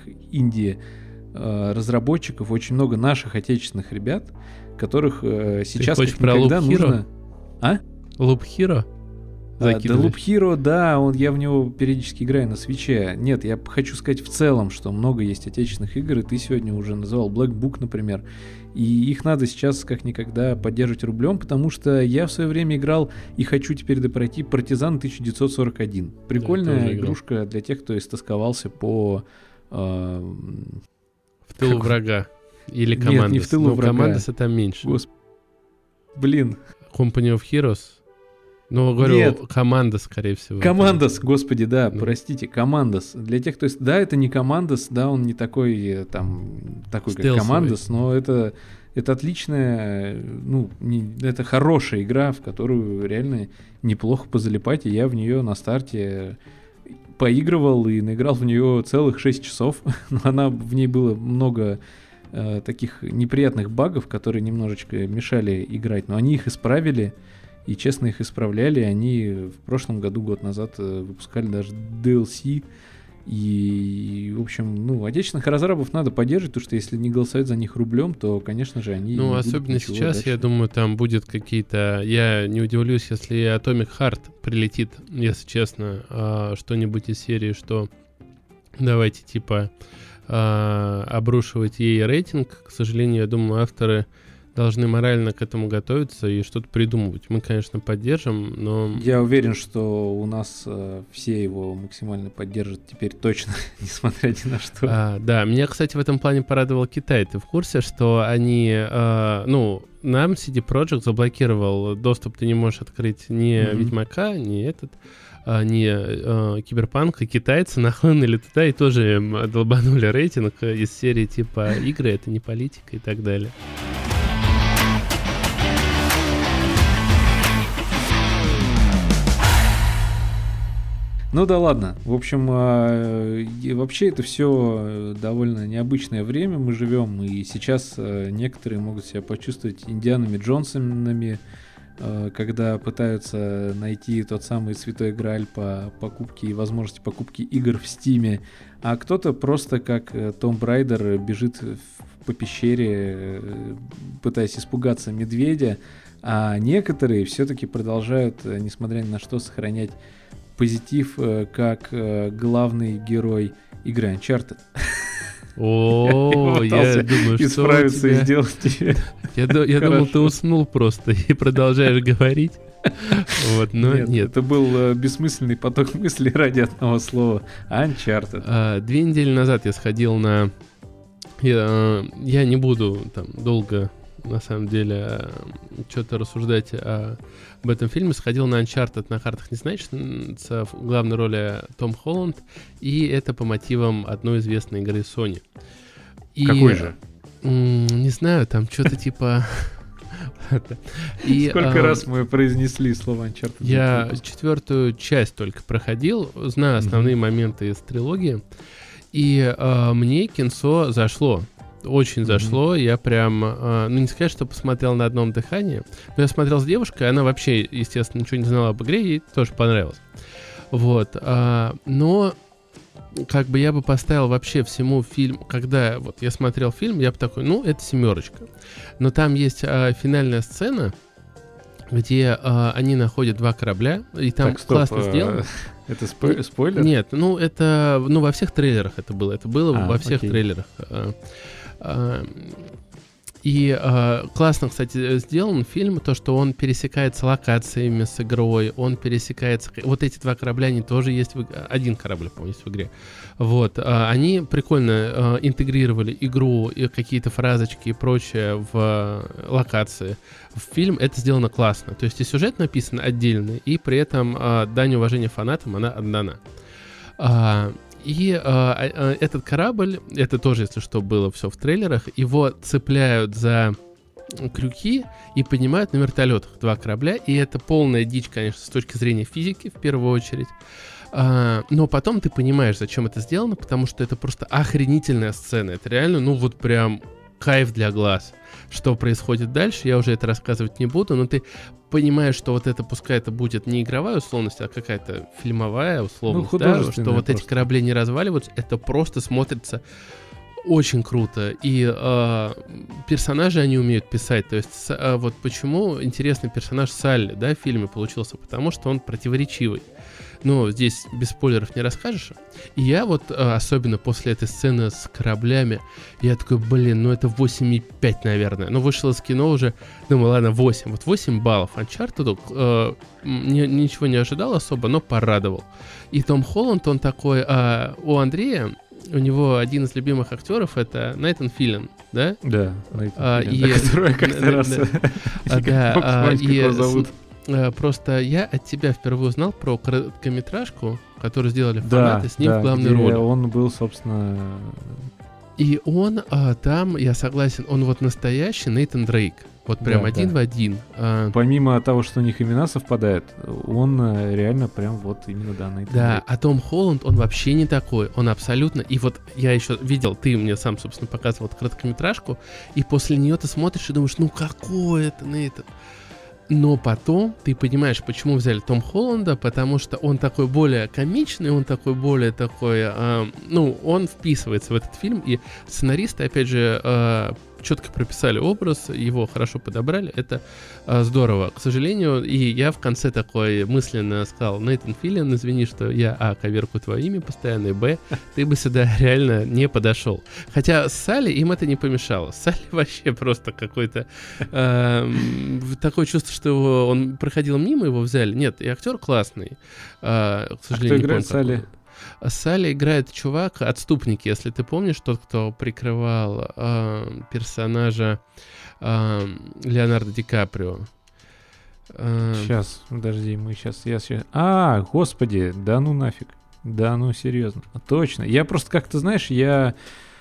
инди-разработчиков очень много наших отечественных ребят, которых сейчас как никогда нужно... А? Loop Hero? Да, Loop Hero, да, я в него периодически играю на свитче. Нет, я хочу сказать в целом, что много есть отечественных игр, и ты сегодня уже называл Black Book, например, и их надо сейчас как никогда поддерживать рублем, потому что я в свое время играл и хочу теперь допройти Партизан 1941. Прикольная игрушка для тех, кто истосковался по... В тылу врага. Или Командос. Нет, не в тылу врага. Командоса там меньше. Блин. Company of Heroes. Ну, говорю, нет. Командос, скорее всего. Командос, господи, да, простите, Командос. Для тех, кто... Да, это не Командос, да, он не такой, там, такой, как Командос, но это отличная, ну, это хорошая игра, в которую реально неплохо позалипать, и я в нее на старте поигрывал и наиграл в нее целых 6 часов, но в ней было много таких неприятных багов, которые немножечко мешали играть, но они их исправили, и честно их исправляли. Они в прошлом году, год назад, выпускали даже DLC. И, в общем, ну, отечественных разрабов надо поддерживать, потому что если не голосовать за них рублем, то, конечно же, они... Ну, особенно сейчас, дальше. Я думаю, там будет какие-то... Я не удивлюсь, если Atomic Heart прилетит, если честно, что-нибудь из серии, что давайте, типа, обрушивать ей рейтинг. К сожалению, я думаю, авторы должны морально к этому готовиться и что-то придумывать. Мы, конечно, поддержим, но... Я уверен, что у нас все его максимально поддержат теперь точно, несмотря ни на что. Да, меня, кстати, в этом плане порадовал Китай. Ты в курсе, что они... нам CD Projekt заблокировал доступ, ты не можешь открыть ни Ведьмака, ни Киберпанка. Китайцы нахлынули туда и тоже им долбанули рейтинг из серии типа «Игры — это не политика» и так далее. Ну да ладно. В общем, вообще это все довольно необычное время мы живем, и сейчас некоторые могут себя почувствовать Индианами Джонсонами, когда пытаются найти тот самый святой грааль по покупке и возможности покупки игр в Стиме, а кто-то просто как Том Брайдер бежит по пещере, пытаясь испугаться медведя, а некоторые все-таки продолжают, несмотря ни на что, сохранять позитив как главный герой игры Uncharted. О, я думаю, что исправиться и сделать тебе. Я думал, ты уснул просто и продолжаешь говорить. Вот, но нет. Это был бессмысленный поток мыслей ради одного слова. Uncharted. 2 недели назад я сходил на... Я не буду там долго, на самом деле, что-то рассуждать об этом фильме. Сходил на Uncharted на картах не значится, в главной роли Том Холланд, и это по мотивам одной известной игры Sony. Какой же? Не знаю, там что-то типа И, сколько раз мы произнесли слово Uncharted? Я 4-ю часть только проходил, знаю основные моменты из трилогии, и мне кинцо зашло. Очень зашло, я прям, ну не сказать, что посмотрел на одном дыхании, но я смотрел с девушкой, она вообще, естественно, ничего не знала об игре, ей тоже понравилось. Вот, но как бы я бы поставил вообще всему фильм, когда вот я смотрел фильм, я бы такой, ну это 7. Но там есть финальная сцена, где они находят 2 корабля, и там так, стоп, классно сделано. Это спойлер? Нет, ну это, ну во всех трейлерах это было во всех трейлерах. И классно, кстати, сделан фильм, то, что он пересекается локациями с игрой, он пересекается... Вот эти 2 корабля, они тоже есть в игре. 1 корабль, по-моему, есть в игре. Вот. Они прикольно интегрировали игру, и какие-то фразочки и прочее в локации. В фильм это сделано классно. То есть и сюжет написан отдельный, и при этом дань уважения фанатам, она отдана. И этот корабль, это тоже, если что, было все в трейлерах, его цепляют за крюки и поднимают на вертолетах 2 корабля, и это полная дичь, конечно, с точки зрения физики, в первую очередь. Но потом ты понимаешь, зачем это сделано, потому что это просто охренительная сцена. Это реально, ну вот прям кайф для глаз. Что происходит дальше, я уже это рассказывать не буду, но ты понимаешь, что вот это, пускай это будет не игровая условность, а какая-то фильмовая условность, да, что вот эти корабли не разваливаются, это просто смотрится очень круто. И персонажи они умеют писать, то есть вот почему интересный персонаж Салли, да, в фильме получился, потому что он противоречивый. Но здесь без спойлеров не расскажешь. И я вот, особенно после этой сцены с кораблями, я такой, блин, ну это 8,5, наверное. Ну, вышел из кино уже, думаю, ладно, 8. Вот 8 баллов. Uncharted ничего не ожидал особо, но порадовал. И Том Холланд, он такой... у Андрея, у него один из любимых актеров, это Нейтан Филлиан, да? Да, Нейтан Филлиан, который как-то раз... Да, и... Просто я от тебя впервые узнал про короткометражку, которую сделали фанаты, с ним в главной роли. Он был, собственно... И он там, я согласен, он вот настоящий Нейтан Дрейк. Вот прям один в один. Помимо того, что у них имена совпадают, он реально прям вот именно Нейтан Дрейк. А Том Холланд, он вообще не такой. Он абсолютно... И вот я еще видел, ты мне сам, собственно, показывал короткометражку, и после нее ты смотришь и думаешь, ну какой это Нейтан? Но потом ты понимаешь, почему взяли Том Холланда, потому что он такой более комичный, он такой более такой... ну, он вписывается в этот фильм, и сценаристы, опять же, четко прописали образ, его хорошо подобрали, это здорово. К сожалению, и я в конце такой мысленно сказал, Нейтан Филлиан, извини, что я, коверкую твое имя постоянно, и, б, ты бы сюда реально не подошел. Хотя с Салли им это не помешало. Салли вообще просто какой-то... такое чувство, что он проходил мимо, его взяли. Нет, и актер классный. К сожалению, кто играет Салли? Салли играет чувак, отступник, если ты помнишь, тот, кто прикрывал персонажа Леонардо Ди Каприо. Сейчас, подожди, я сейчас... господи, да ну нафиг. Да ну серьезно. Точно. Я просто как-то, знаешь, я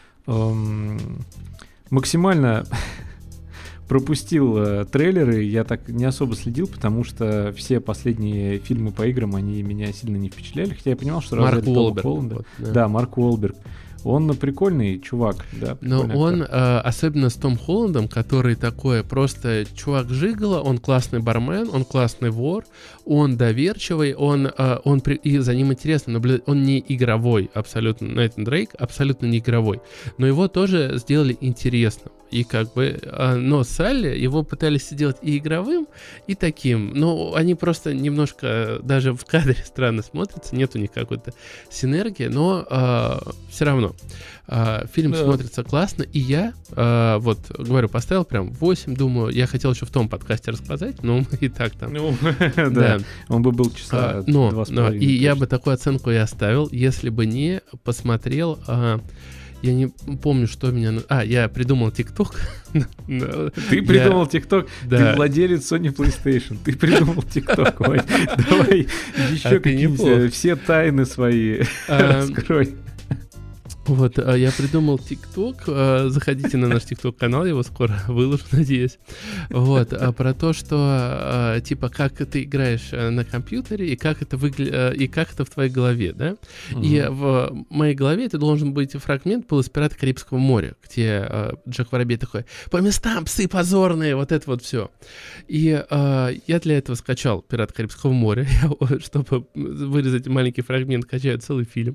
максимально... пропустил трейлеры, я так не особо следил, потому что все последние фильмы по играм, они меня сильно не впечатляли, хотя я понимал, что Марк Уолберг. Вот, да, Марк Уолберг. Он прикольный чувак, да. Но он, особенно с Том Холландом, который такой просто чувак жигало, он классный бармен, он классный вор, он доверчивый, и за ним интересно наблюдать. Он не игровой абсолютно, Нейтан Дрейк абсолютно не игровой, но его тоже сделали интересным. И как бы, но Салли, его пытались сделать и игровым, и таким. Но они просто немножко даже в кадре странно смотрятся, нет у них какой-то синергии, но все равно фильм смотрится классно. И я, вот, говорю, поставил прям 8, думаю, я хотел еще в том подкасте рассказать, но и так там. Ну, да, он бы был часа 2,5. И я бы такую оценку и оставил, если бы не посмотрел... Я не помню, что меня... я придумал ТикТок. Ты придумал ТикТок? Ты владелец Sony PlayStation. Ты придумал ТикТок. Давай еще какие-нибудь все тайны свои раскрой. Вот, я придумал ТикТок. Заходите на наш ТикТок-канал, я его скоро выложу, надеюсь. Вот, про то, что, типа, как ты играешь на компьютере и как это и как это в твоей голове, да? И в моей голове это должен быть фрагмент был из «Пиратов Карибского моря», где Джек Воробей такой: «По местам, псы позорные», вот это вот все. И я для этого скачал «Пираты Карибского моря», чтобы вырезать маленький фрагмент, качаю целый фильм.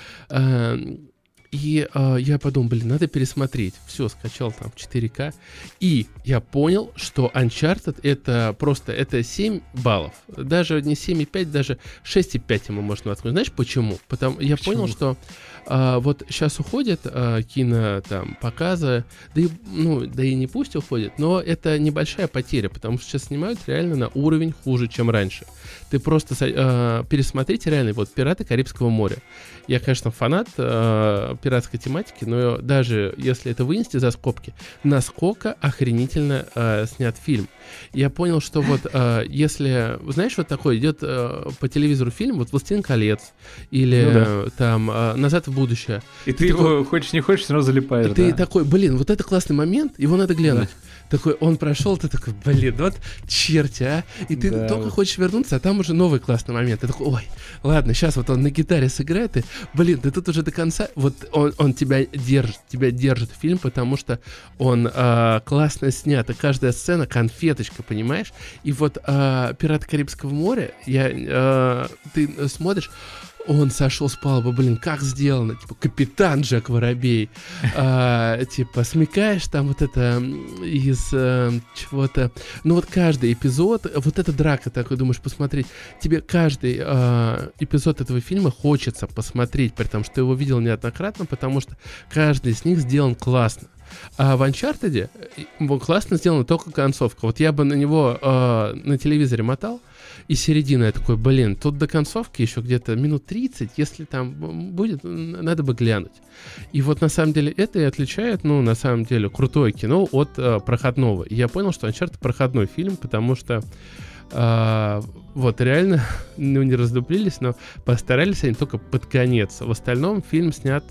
И я подумал, надо пересмотреть. Все, скачал там в 4К. И я понял, что Uncharted это 7 баллов. Даже не 7,5, даже 6,5 ему можно открыть. Знаешь почему? Я понял, что вот сейчас уходят кино там показы, да и не пусть уходят, но это небольшая потеря, потому что сейчас снимают реально на уровень хуже, чем раньше. Ты просто пересмотрите реально вот «Пираты Карибского моря». Я, конечно, фанат пиратской тематики, но даже если это вынести за скобки, насколько охренительно снят фильм. Я понял, что вот если, знаешь, вот такой идет по телевизору фильм, вот «Властелин колец» или там «Назад в будущее». И ты его, хочешь не хочешь, сразу залипаешь. Ты такой, вот это классный момент, его надо глянуть. Такой, он прошел, ты такой, вот черти, а. И ты только хочешь вернуться, а там уже новый классный момент. Ты такой, ой, ладно, сейчас вот он на гитаре сыграет, и, да тут уже до конца, вот он тебя держит фильм, потому что он классно снят, и каждая сцена конфеточка, понимаешь? И вот «Пираты Карибского моря», ты смотришь, он сошел с палубы, как сделано, типа, капитан Джек Воробей, типа, смекаешь там вот это из чего-то, вот каждый эпизод, вот эта драка, такой думаешь посмотреть, тебе каждый эпизод этого фильма хочется посмотреть, при том, что ты его видел неоднократно, потому что каждый из них сделан классно. А в Uncharted классно сделана только концовка. Вот я бы на него на телевизоре мотал, и середина, я такой, тут до концовки еще где-то минут 30, если там будет, надо бы глянуть. И вот на самом деле это и отличает, на самом деле, крутое кино от проходного. И я понял, что Uncharted проходной фильм, потому что вот реально, не раздуплились, но постарались они только под конец. В остальном фильм снят,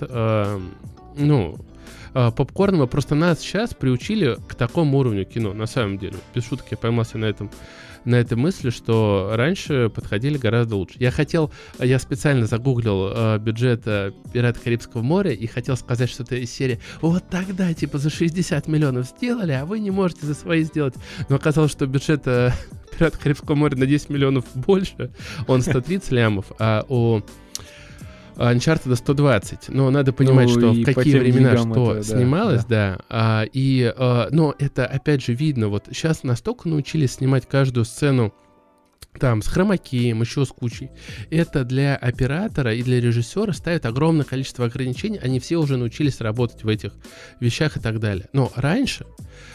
попкорново. Просто нас сейчас приучили к такому уровню кино, на самом деле. Без шутки, я поймался на этой мысли, что раньше подходили гораздо лучше. Я специально загуглил бюджет «Пираты Карибского моря» и хотел сказать что-то из серии: вот тогда, типа, за 60 миллионов сделали, а вы не можете за свои сделать. Но оказалось, что бюджет «Пираты Карибского моря» на 10 миллионов больше, он 130 лямов, а у Uncharted 120, но надо понимать, что в какие времена что снималось, но это опять же видно, вот сейчас настолько научились снимать каждую сцену там с хромакеем, еще с кучей. Это для оператора и для режиссера ставит огромное количество ограничений, они все уже научились работать в этих вещах и так далее. Но раньше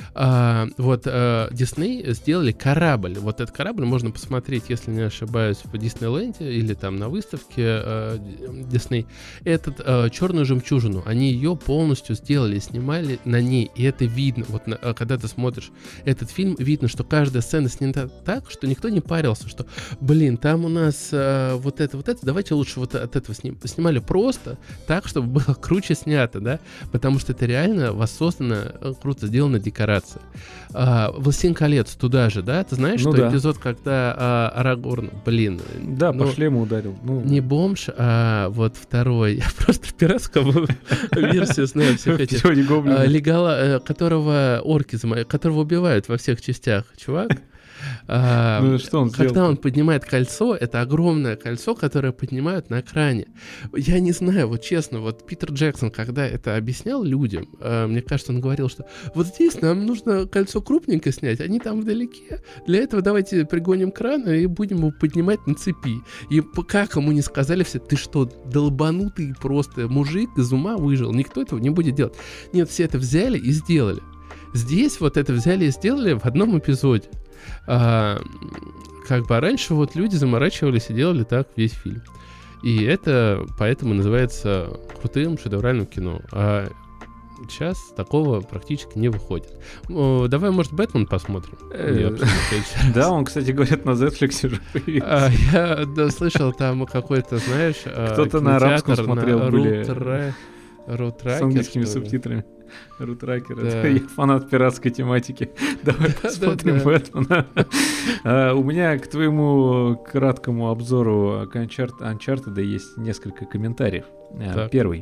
Дисней сделали корабль. Вот этот корабль можно посмотреть, если не ошибаюсь, в Диснейленде или там на выставке Дисней. Черную жемчужину. Они ее полностью сделали, снимали на ней. И это видно. Вот когда ты смотришь этот фильм, видно, что каждая сцена снята так, что никто не парился, что, там у нас вот это, давайте лучше вот от этого снимали просто так, чтобы было круче снято, да? Потому что это реально воссоздано, круто сделана декорация. «Властелин колец» туда же, да? Ты знаешь, что эпизод, когда Арагорн, по шлему ударил. Не бомж, а вот второй. Я просто в пиратском версию знаю всех этих легала, которого орки, которого убивают во всех частях, чувак. Что он когда он поднимает кольцо, это огромное кольцо, которое поднимают на экране. Я не знаю, вот честно, вот Питер Джексон, когда это объяснял людям, мне кажется, он говорил, что вот здесь нам нужно кольцо крупненько снять, они там вдалеке. Для этого давайте пригоним кран и будем его поднимать на цепи. И как ему не сказали все: ты что, долбанутый просто мужик, из ума выжил, никто этого не будет делать. Нет, все это взяли и сделали. Здесь вот это взяли и сделали в одном эпизоде. Раньше вот люди заморачивались и делали так весь фильм. И это поэтому называется крутым шедевральным кино. А сейчас такого практически не выходит. Давай, может, «Бэтмен» посмотрим? Да, он, кстати, говорят, на Netflix уже появился. Я слышал, там какой-то, знаешь, кто-то на арабском смотрел. Роутракер, с английскими что ли? субтитрами. Рутракер, Да. это я фанат пиратской тематики. Давай посмотрим Да. Бэтмена. У меня к твоему краткому обзору Uncharted есть несколько комментариев. Так. Первый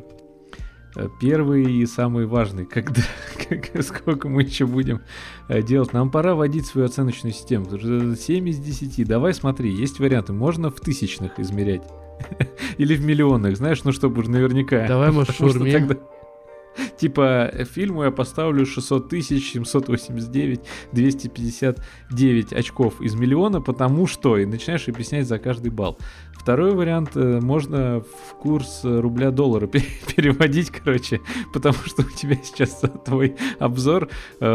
и самый важный. Сколько мы еще будем делать? Нам пора вводить свою оценочную систему. Потому что 7 из 10. Давай смотри, есть варианты. Можно в тысячных измерять. Или в миллионных, знаешь, ну чтобы уж наверняка. Давай, может, в Потому что шаурме? тогда- Типа, фильму я поставлю 600 тысяч, 789, 259 очков из миллиона, потому что... И начинаешь объяснять за каждый балл. Второй вариант, можно в курс рубля-доллара переводить, короче, потому что у тебя сейчас твой обзор...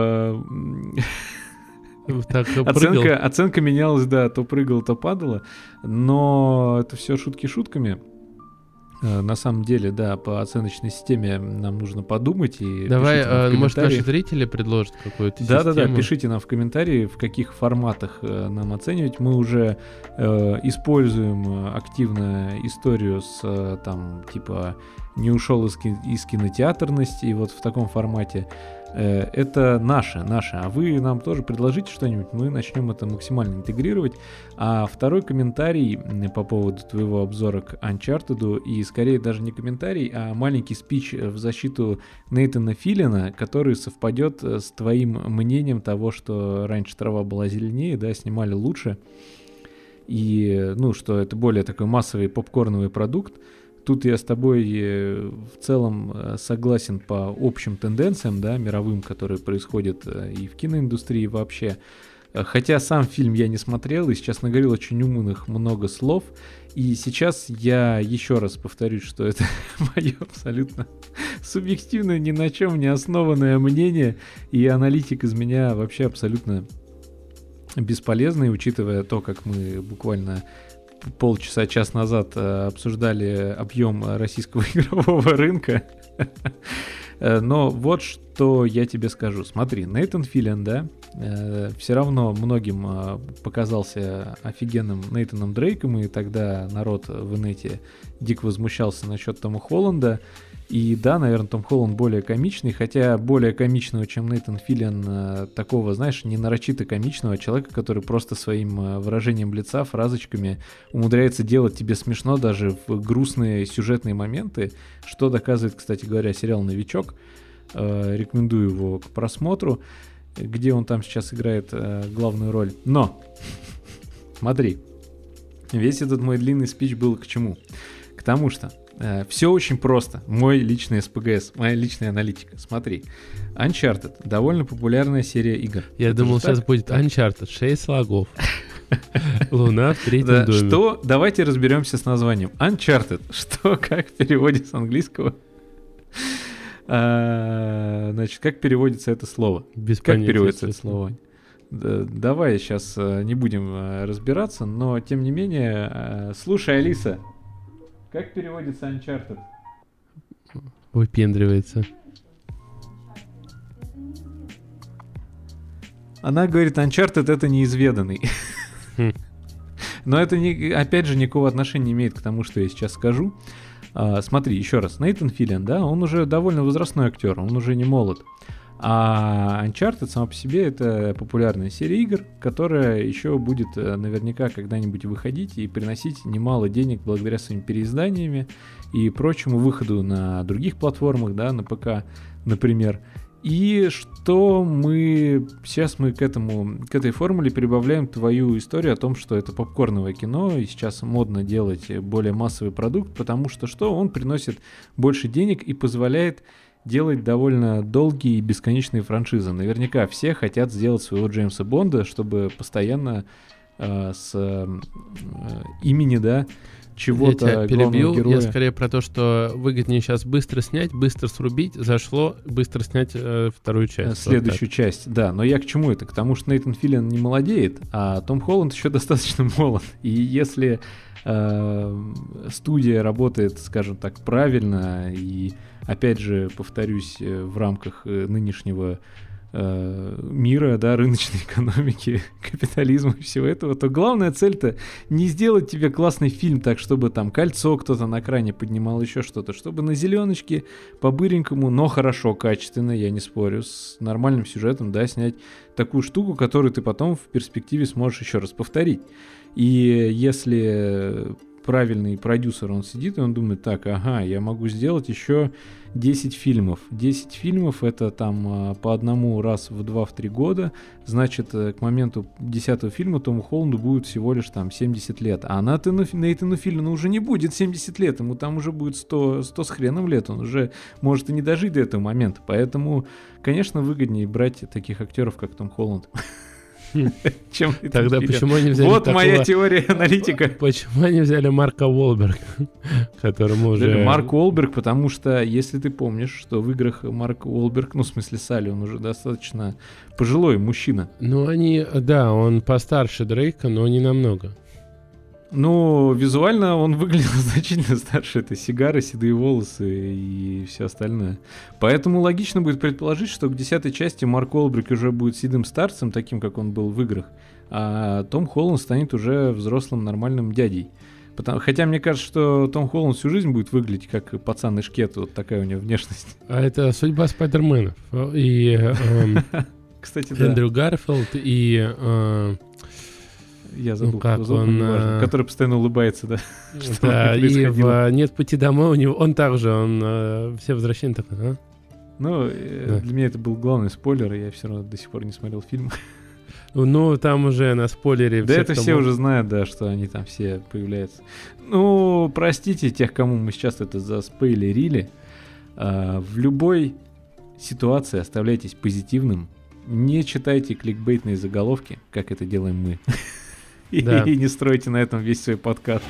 Так, прыгал. Оценка менялась, да, то прыгала, то падала, но это все шутки шутками. На самом деле, да, по оценочной системе нам нужно подумать и Давай, пишите нам в может, наши комментариях. зрители предложат какую-то Да-да-да, систему? пишите нам в комментарии, в каких форматах нам оценивать. Мы уже используем активно историю с там, типа, не ушел из кинотеатрности, и вот в таком формате. Это наше. А вы нам тоже предложите что-нибудь, мы начнем это максимально интегрировать. А второй комментарий по поводу твоего обзора к Uncharted, и скорее даже не комментарий, а маленький спич в защиту Нейтана Филлина, который совпадет с твоим мнением того, что раньше трава была зеленее, да, снимали лучше, и, ну, что это более такой массовый попкорновый продукт. Тут я с тобой в целом согласен по общим тенденциям, да, мировым, которые происходят и в киноиндустрии вообще. Хотя сам фильм я не смотрел, и сейчас наговорил очень умных много слов. И сейчас я еще раз повторюсь, что это мое абсолютно субъективное, ни на чем не основанное мнение. И аналитик из меня вообще абсолютно бесполезный, учитывая то, как мы буквально... час назад обсуждали объем российского игрового рынка. Но вот что я тебе скажу. Смотри, Нейтан Филлиан, да, все равно многим показался офигенным Нейтаном Дрейком, и тогда народ в инете дико возмущался насчет Тома Холланда. И да, наверное, Том Холланд более комичный, хотя более комичного, чем Нейтан Филлиан, такого, знаешь, не нарочито комичного человека, который просто своим выражением лица, фразочками умудряется делать тебе смешно даже в грустные сюжетные моменты, что доказывает, кстати говоря, сериал «Новичок». Рекомендую его к просмотру, где он там сейчас играет главную роль. Но, смотри, весь этот мой длинный спич был к чему? К тому, что все очень просто. Мой личный СПГС, моя личная аналитика. Смотри, Uncharted — довольно популярная серия игр. Я Это думал, же так? сейчас будет Uncharted, 6 слогов. Луна в третьем доме. Что? Давайте разберемся с названием. Uncharted. Что, как в переводе с английского? Значит, как переводится это слово? Без Как понятия, переводится это честно. слово? Давай сейчас не будем разбираться, но тем не менее, слушай, Алиса, как переводится Uncharted? Выпендривается. Она говорит, Uncharted — это неизведанный. Хм. Но это, опять же, никакого отношения не имеет к тому, что я сейчас скажу. Смотри, еще раз, Нейтан Филлиан, да, он уже довольно возрастной актер, он уже не молод. А Uncharted сама по себе — это популярная серия игр, которая еще будет наверняка когда-нибудь выходить и приносить немало денег благодаря своим переизданиями и прочему выходу на других платформах, да, на ПК, например. И что сейчас мы к этой формуле прибавляем твою историю о том, что это попкорновое кино, и сейчас модно делать более массовый продукт, потому что он приносит больше денег и позволяет делать довольно долгие и бесконечные франшизы. Наверняка все хотят сделать своего Джеймса Бонда, чтобы постоянно с имени, да, чего-то Я тебя перебью, главного героя. я скорее про то, что выгоднее сейчас быстро снять, быстро срубить, зашло, быстро снять вторую часть. Следующую часть, да. Но я к чему это? К тому, что Нейтан Филлиан не молодеет, а Том Холланд еще достаточно молод. И если студия работает, скажем так, правильно, и, опять же, повторюсь, в рамках нынешнего мира, да, рыночной экономики, капитализма и всего этого, то главная цель-то не сделать тебе классный фильм так, чтобы там кольцо кто-то на экране поднимал, еще что-то, чтобы на зеленочке, по-быренькому, но хорошо, качественно, я не спорю, с нормальным сюжетом, да, снять такую штуку, которую ты потом в перспективе сможешь еще раз повторить. И если правильный продюсер, он сидит и он думает, так, ага, я могу сделать еще 10 фильмов. 10 фильмов — это там по одному раз в 2-3 года. Значит, к моменту 10-го фильма Тому Холланду будет всего лишь там 70 лет. А Нейтану Филлиону уже не будет 70 лет. Ему там уже будет 100 с хреном лет. Он уже может и не дожить до этого момента. Поэтому, конечно, выгоднее брать таких актеров, как Том Холланд. Тогда почему они взяли Вот моя теория аналитика. Почему они взяли Марка Уолберга, которому уже... Марк Уолберг, потому что, если ты помнишь, что в играх Марк Уолберг, ну, в смысле Салли, он уже достаточно пожилой мужчина. Ну, они... Да, он постарше Дрейка, но не намного. Ну, визуально он выглядел значительно старше. Это сигары, седые волосы и все остальное. Поэтому логично будет предположить, что к 10-й части Марк Уолберг уже будет седым старцем, таким, как он был в играх, а Том Холланд станет уже взрослым нормальным дядей. Хотя мне кажется, что Том Холланд всю жизнь будет выглядеть как пацан из Шкета, вот такая у него внешность. А это судьба Спайдерменов. И кстати, да. Эндрю Гарфилд и... Я забыл, кто неважно, который постоянно улыбается, да. Да, и в «Нет пути домой» у него, он также, все возвращения такой, а? Ну, для меня это был главный спойлер, и я все равно до сих пор не смотрел фильм. Ну, там уже на спойлере... Да это все уже знают, да, что они там все появляются. Ну, простите тех, кому мы сейчас это заспойлерили. В любой ситуации оставляйтесь позитивным. Не читайте кликбейтные заголовки, как это делаем мы. Да. И не стройте на этом весь свой подкаст.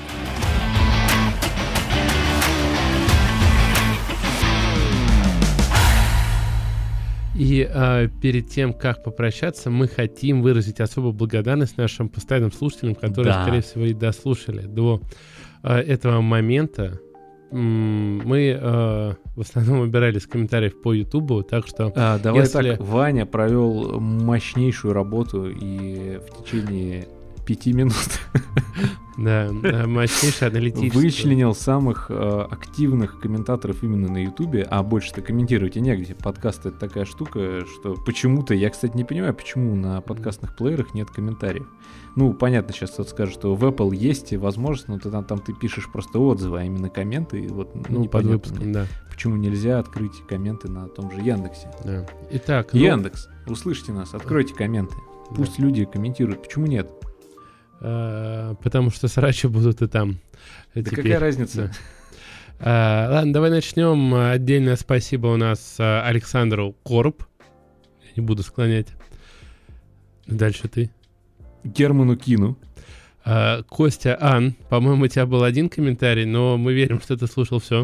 И перед тем, как попрощаться, мы хотим выразить особую благодарность нашим постоянным слушателям, которые, скорее всего, и дослушали до этого момента. Мы в основном выбирали с комментариев по Ютубу, так что... Давай так, Ваня провел мощнейшую работу и в течение 5 минут да, мощнейший аналитический. Вычленил самых активных комментаторов именно на Ютубе, а больше-то комментировать и негде. Подкаст — это такая штука, что почему-то, я, кстати, не понимаю, почему на подкастных плеерах нет комментариев. Ну, понятно, сейчас кто-то скажет, что в Apple есть возможность, но там ты пишешь просто отзывы, а именно комменты. Вот, ну под выпуском, да. Почему нельзя открыть комменты на том же Яндексе? Да. Итак, Яндекс, услышьте нас, откройте комменты. Пусть люди комментируют. Почему нет? Потому что срачи будут и там. Да теперь. Какая разница? Ладно, давай начнем. Отдельное спасибо у нас Александру Корб. Я не буду склонять. Дальше ты. Герману Кину. Костя Ан. По-моему, у тебя был один комментарий, но мы верим, что ты слушал все.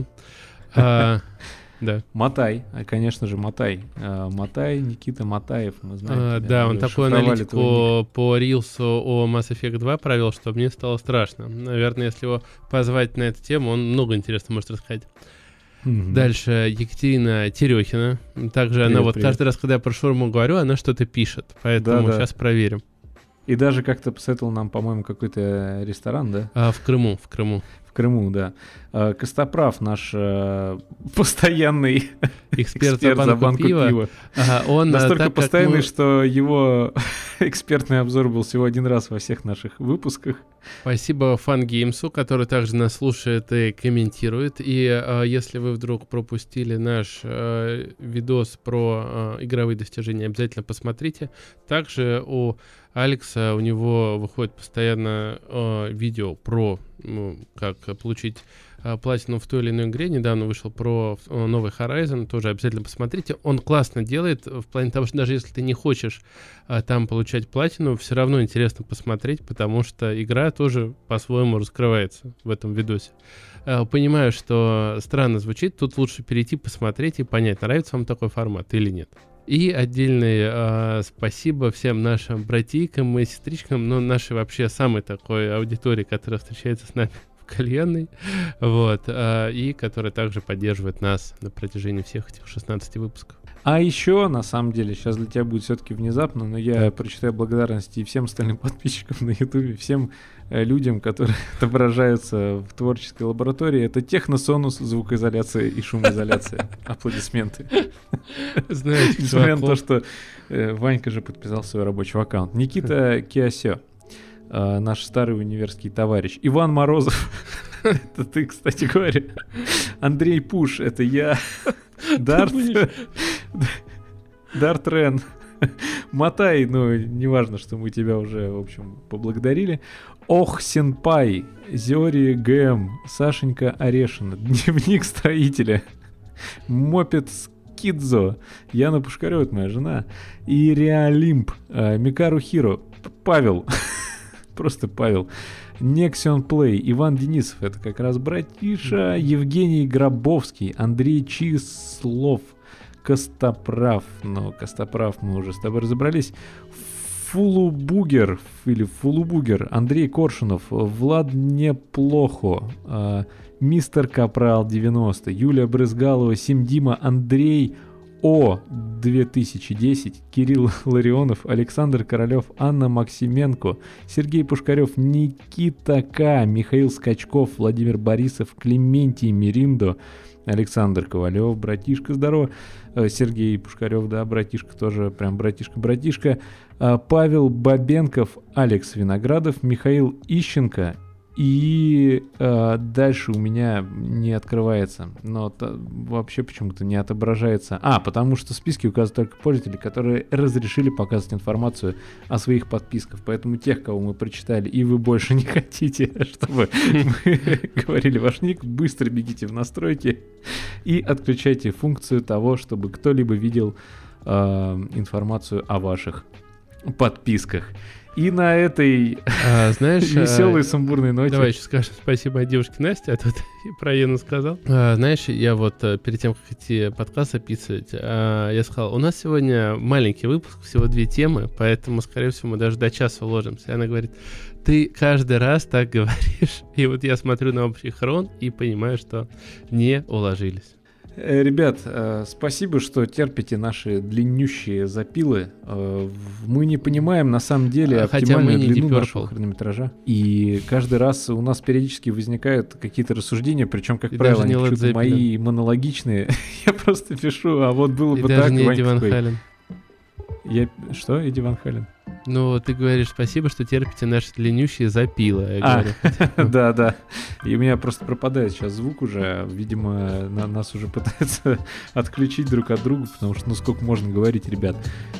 Да. Матай, конечно же, Матай. Матай, Никита Матаев, мы знаем. Да, он такую аналитику по Рилсу о Mass Effect 2 провел, что мне стало страшно. Наверное, если его позвать на эту тему, он много интересного может рассказать. Дальше Екатерина Терехина. Также привет, она вот каждый раз, когда я про шаурму говорю, она что-то пишет. Поэтому сейчас проверим. И даже как-то посоветовал нам, по-моему, какой-то ресторан, да? В Крыму. В Крыму, да. Костоправ, наш постоянный эксперт за банку пива. Он настолько постоянный, что его экспертный обзор был всего один раз во всех наших выпусках. Спасибо Фангеймсу, который также нас слушает и комментирует. И если вы вдруг пропустили наш видос про игровые достижения, обязательно посмотрите. Также у Алекса, у него выходит постоянно видео про как получить платину в той или иной игре. Недавно вышел про новый Horizon, тоже обязательно посмотрите. Он классно делает, в плане того, что даже если ты не хочешь там получать платину, все равно интересно посмотреть, потому что игра тоже по-своему раскрывается в этом видосе. Понимаю, что странно звучит, тут лучше перейти, посмотреть и понять, нравится вам такой формат или нет. И отдельное спасибо всем нашим братейкам и сестричкам, но нашей вообще самой такой аудитории, которая встречается с нами в кальянной, вот, и которая также поддерживает нас на протяжении всех этих 16 выпусков. А еще, на самом деле, сейчас для тебя будет все-таки внезапно, но я прочитаю благодарности и всем остальным подписчикам на Ютубе, всем людям, которые отображаются в творческой лаборатории. Это техносонус, звукоизоляция и шумоизоляция. Аплодисменты. Знаете, несмотря на то, что Ванька же подписал свой рабочий аккаунт. Никита Киосё, наш старый универский товарищ. Иван Морозов, это ты, кстати говоря. Андрей Пуш, это я. Дарт Рен. Мотай, ну, неважно, что мы тебя уже, в общем, поблагодарили. Ох, Сенпай, Зори ГМ, Сашенька Орешина, Дневник строителя, Мопед Скидзо, Яна Пушкарева, это моя жена, и Реалимп, Микару Хиро, Павел, просто Павел, Nexion Play, Иван Денисов, это как раз братиша, Евгений Гробовский, Андрей Числов, Костоправ, но Костоправ мы уже с тобой разобрались, Фулубугер, Андрей Коршунов, Влад Неплохо, Мистер Капрал 90, Юлия Брызгалова, Симдима, Андрей О 2010, Кирилл Ларионов, Александр Королев, Анна Максименко, Сергей Пушкарев, Никита К, Михаил Скачков, Владимир Борисов, Клементий Мириндо, Александр Ковалев, братишка, здорово, Сергей Пушкарев, да, братишка тоже, прям братишка, Павел Бабенков, Алекс Виноградов, Михаил Ищенко, и дальше у меня не открывается, но вообще почему-то не отображается. Потому что в списке указаны только пользователи, которые разрешили показывать информацию о своих подписках. Поэтому тех, кого мы прочитали, и вы больше не хотите, чтобы мы говорили ваш ник, быстро бегите в настройки и отключайте функцию того, чтобы кто-либо видел информацию о ваших подписках. И на этой веселой сумбурной ноте... Давай еще скажем спасибо девушке Насте, а тут про Ену сказал. Знаешь, я вот перед тем, как идти подкаст записывать, я сказал, у нас сегодня маленький выпуск, всего 2 темы, поэтому, скорее всего, мы даже до часа уложимся. И она говорит, ты каждый раз так говоришь. И вот я смотрю на общий хрон и понимаю, что не уложились. Ребят, спасибо, что терпите наши длиннющие запилы. Мы не понимаем, на самом деле, оптимальную длину нашего хронометража. И каждый раз у нас периодически возникают какие-то рассуждения, причем, как правило, они почему-то мои монологичные. Я просто пишу, а вот было бы так. И даже не Эдди Ван Хален. Что, Эдди Ван Хален? Ну, ты говоришь спасибо, что терпите наши длиннющие запилы. Да. И у меня просто пропадает сейчас звук уже. Видимо, нас уже пытаются отключить друг от друга, потому что, сколько можно говорить, ребят.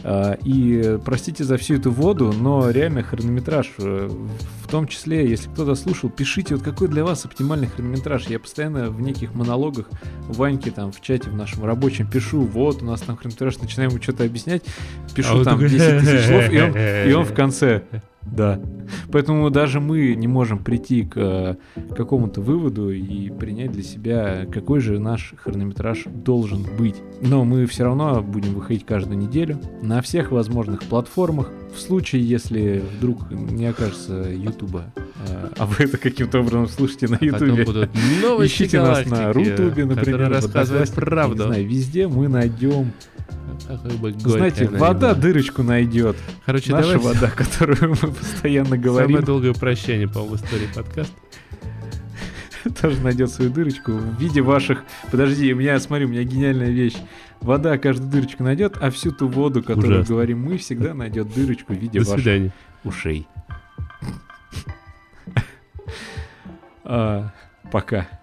И простите за всю эту воду, но реально хронометраж, в том числе, если кто-то слушал, пишите, вот какой для вас оптимальный хронометраж. Я постоянно в неких монологах Ваньке там в чате в нашем рабочем пишу, вот, у нас там хронометраж, начинаем ему что-то объяснять, пишу там 10 тысяч слов, и он в конце. Да. Поэтому даже мы не можем прийти к какому-то выводу и принять для себя, какой же наш хронометраж должен быть. Но мы все равно будем выходить каждую неделю на всех возможных платформах. В случае, если вдруг не окажется Ютуба, а вы это каким-то образом слушаете на Ютубе, ищите нас на Рутубе, например, рассказывает правду. Не знаю, везде мы найдем. Знаете, вода дырочку найдет. Короче, наша вода, которую мы постоянно говорим. Самое долгое прощание, по-моему, в истории подкаста. Тоже найдет свою дырочку в виде ваших... Подожди, у меня гениальная вещь. Вода каждую дырочку найдет, а всю ту воду, которую говорим мы, всегда найдет дырочку в виде ваших ушей. Пока.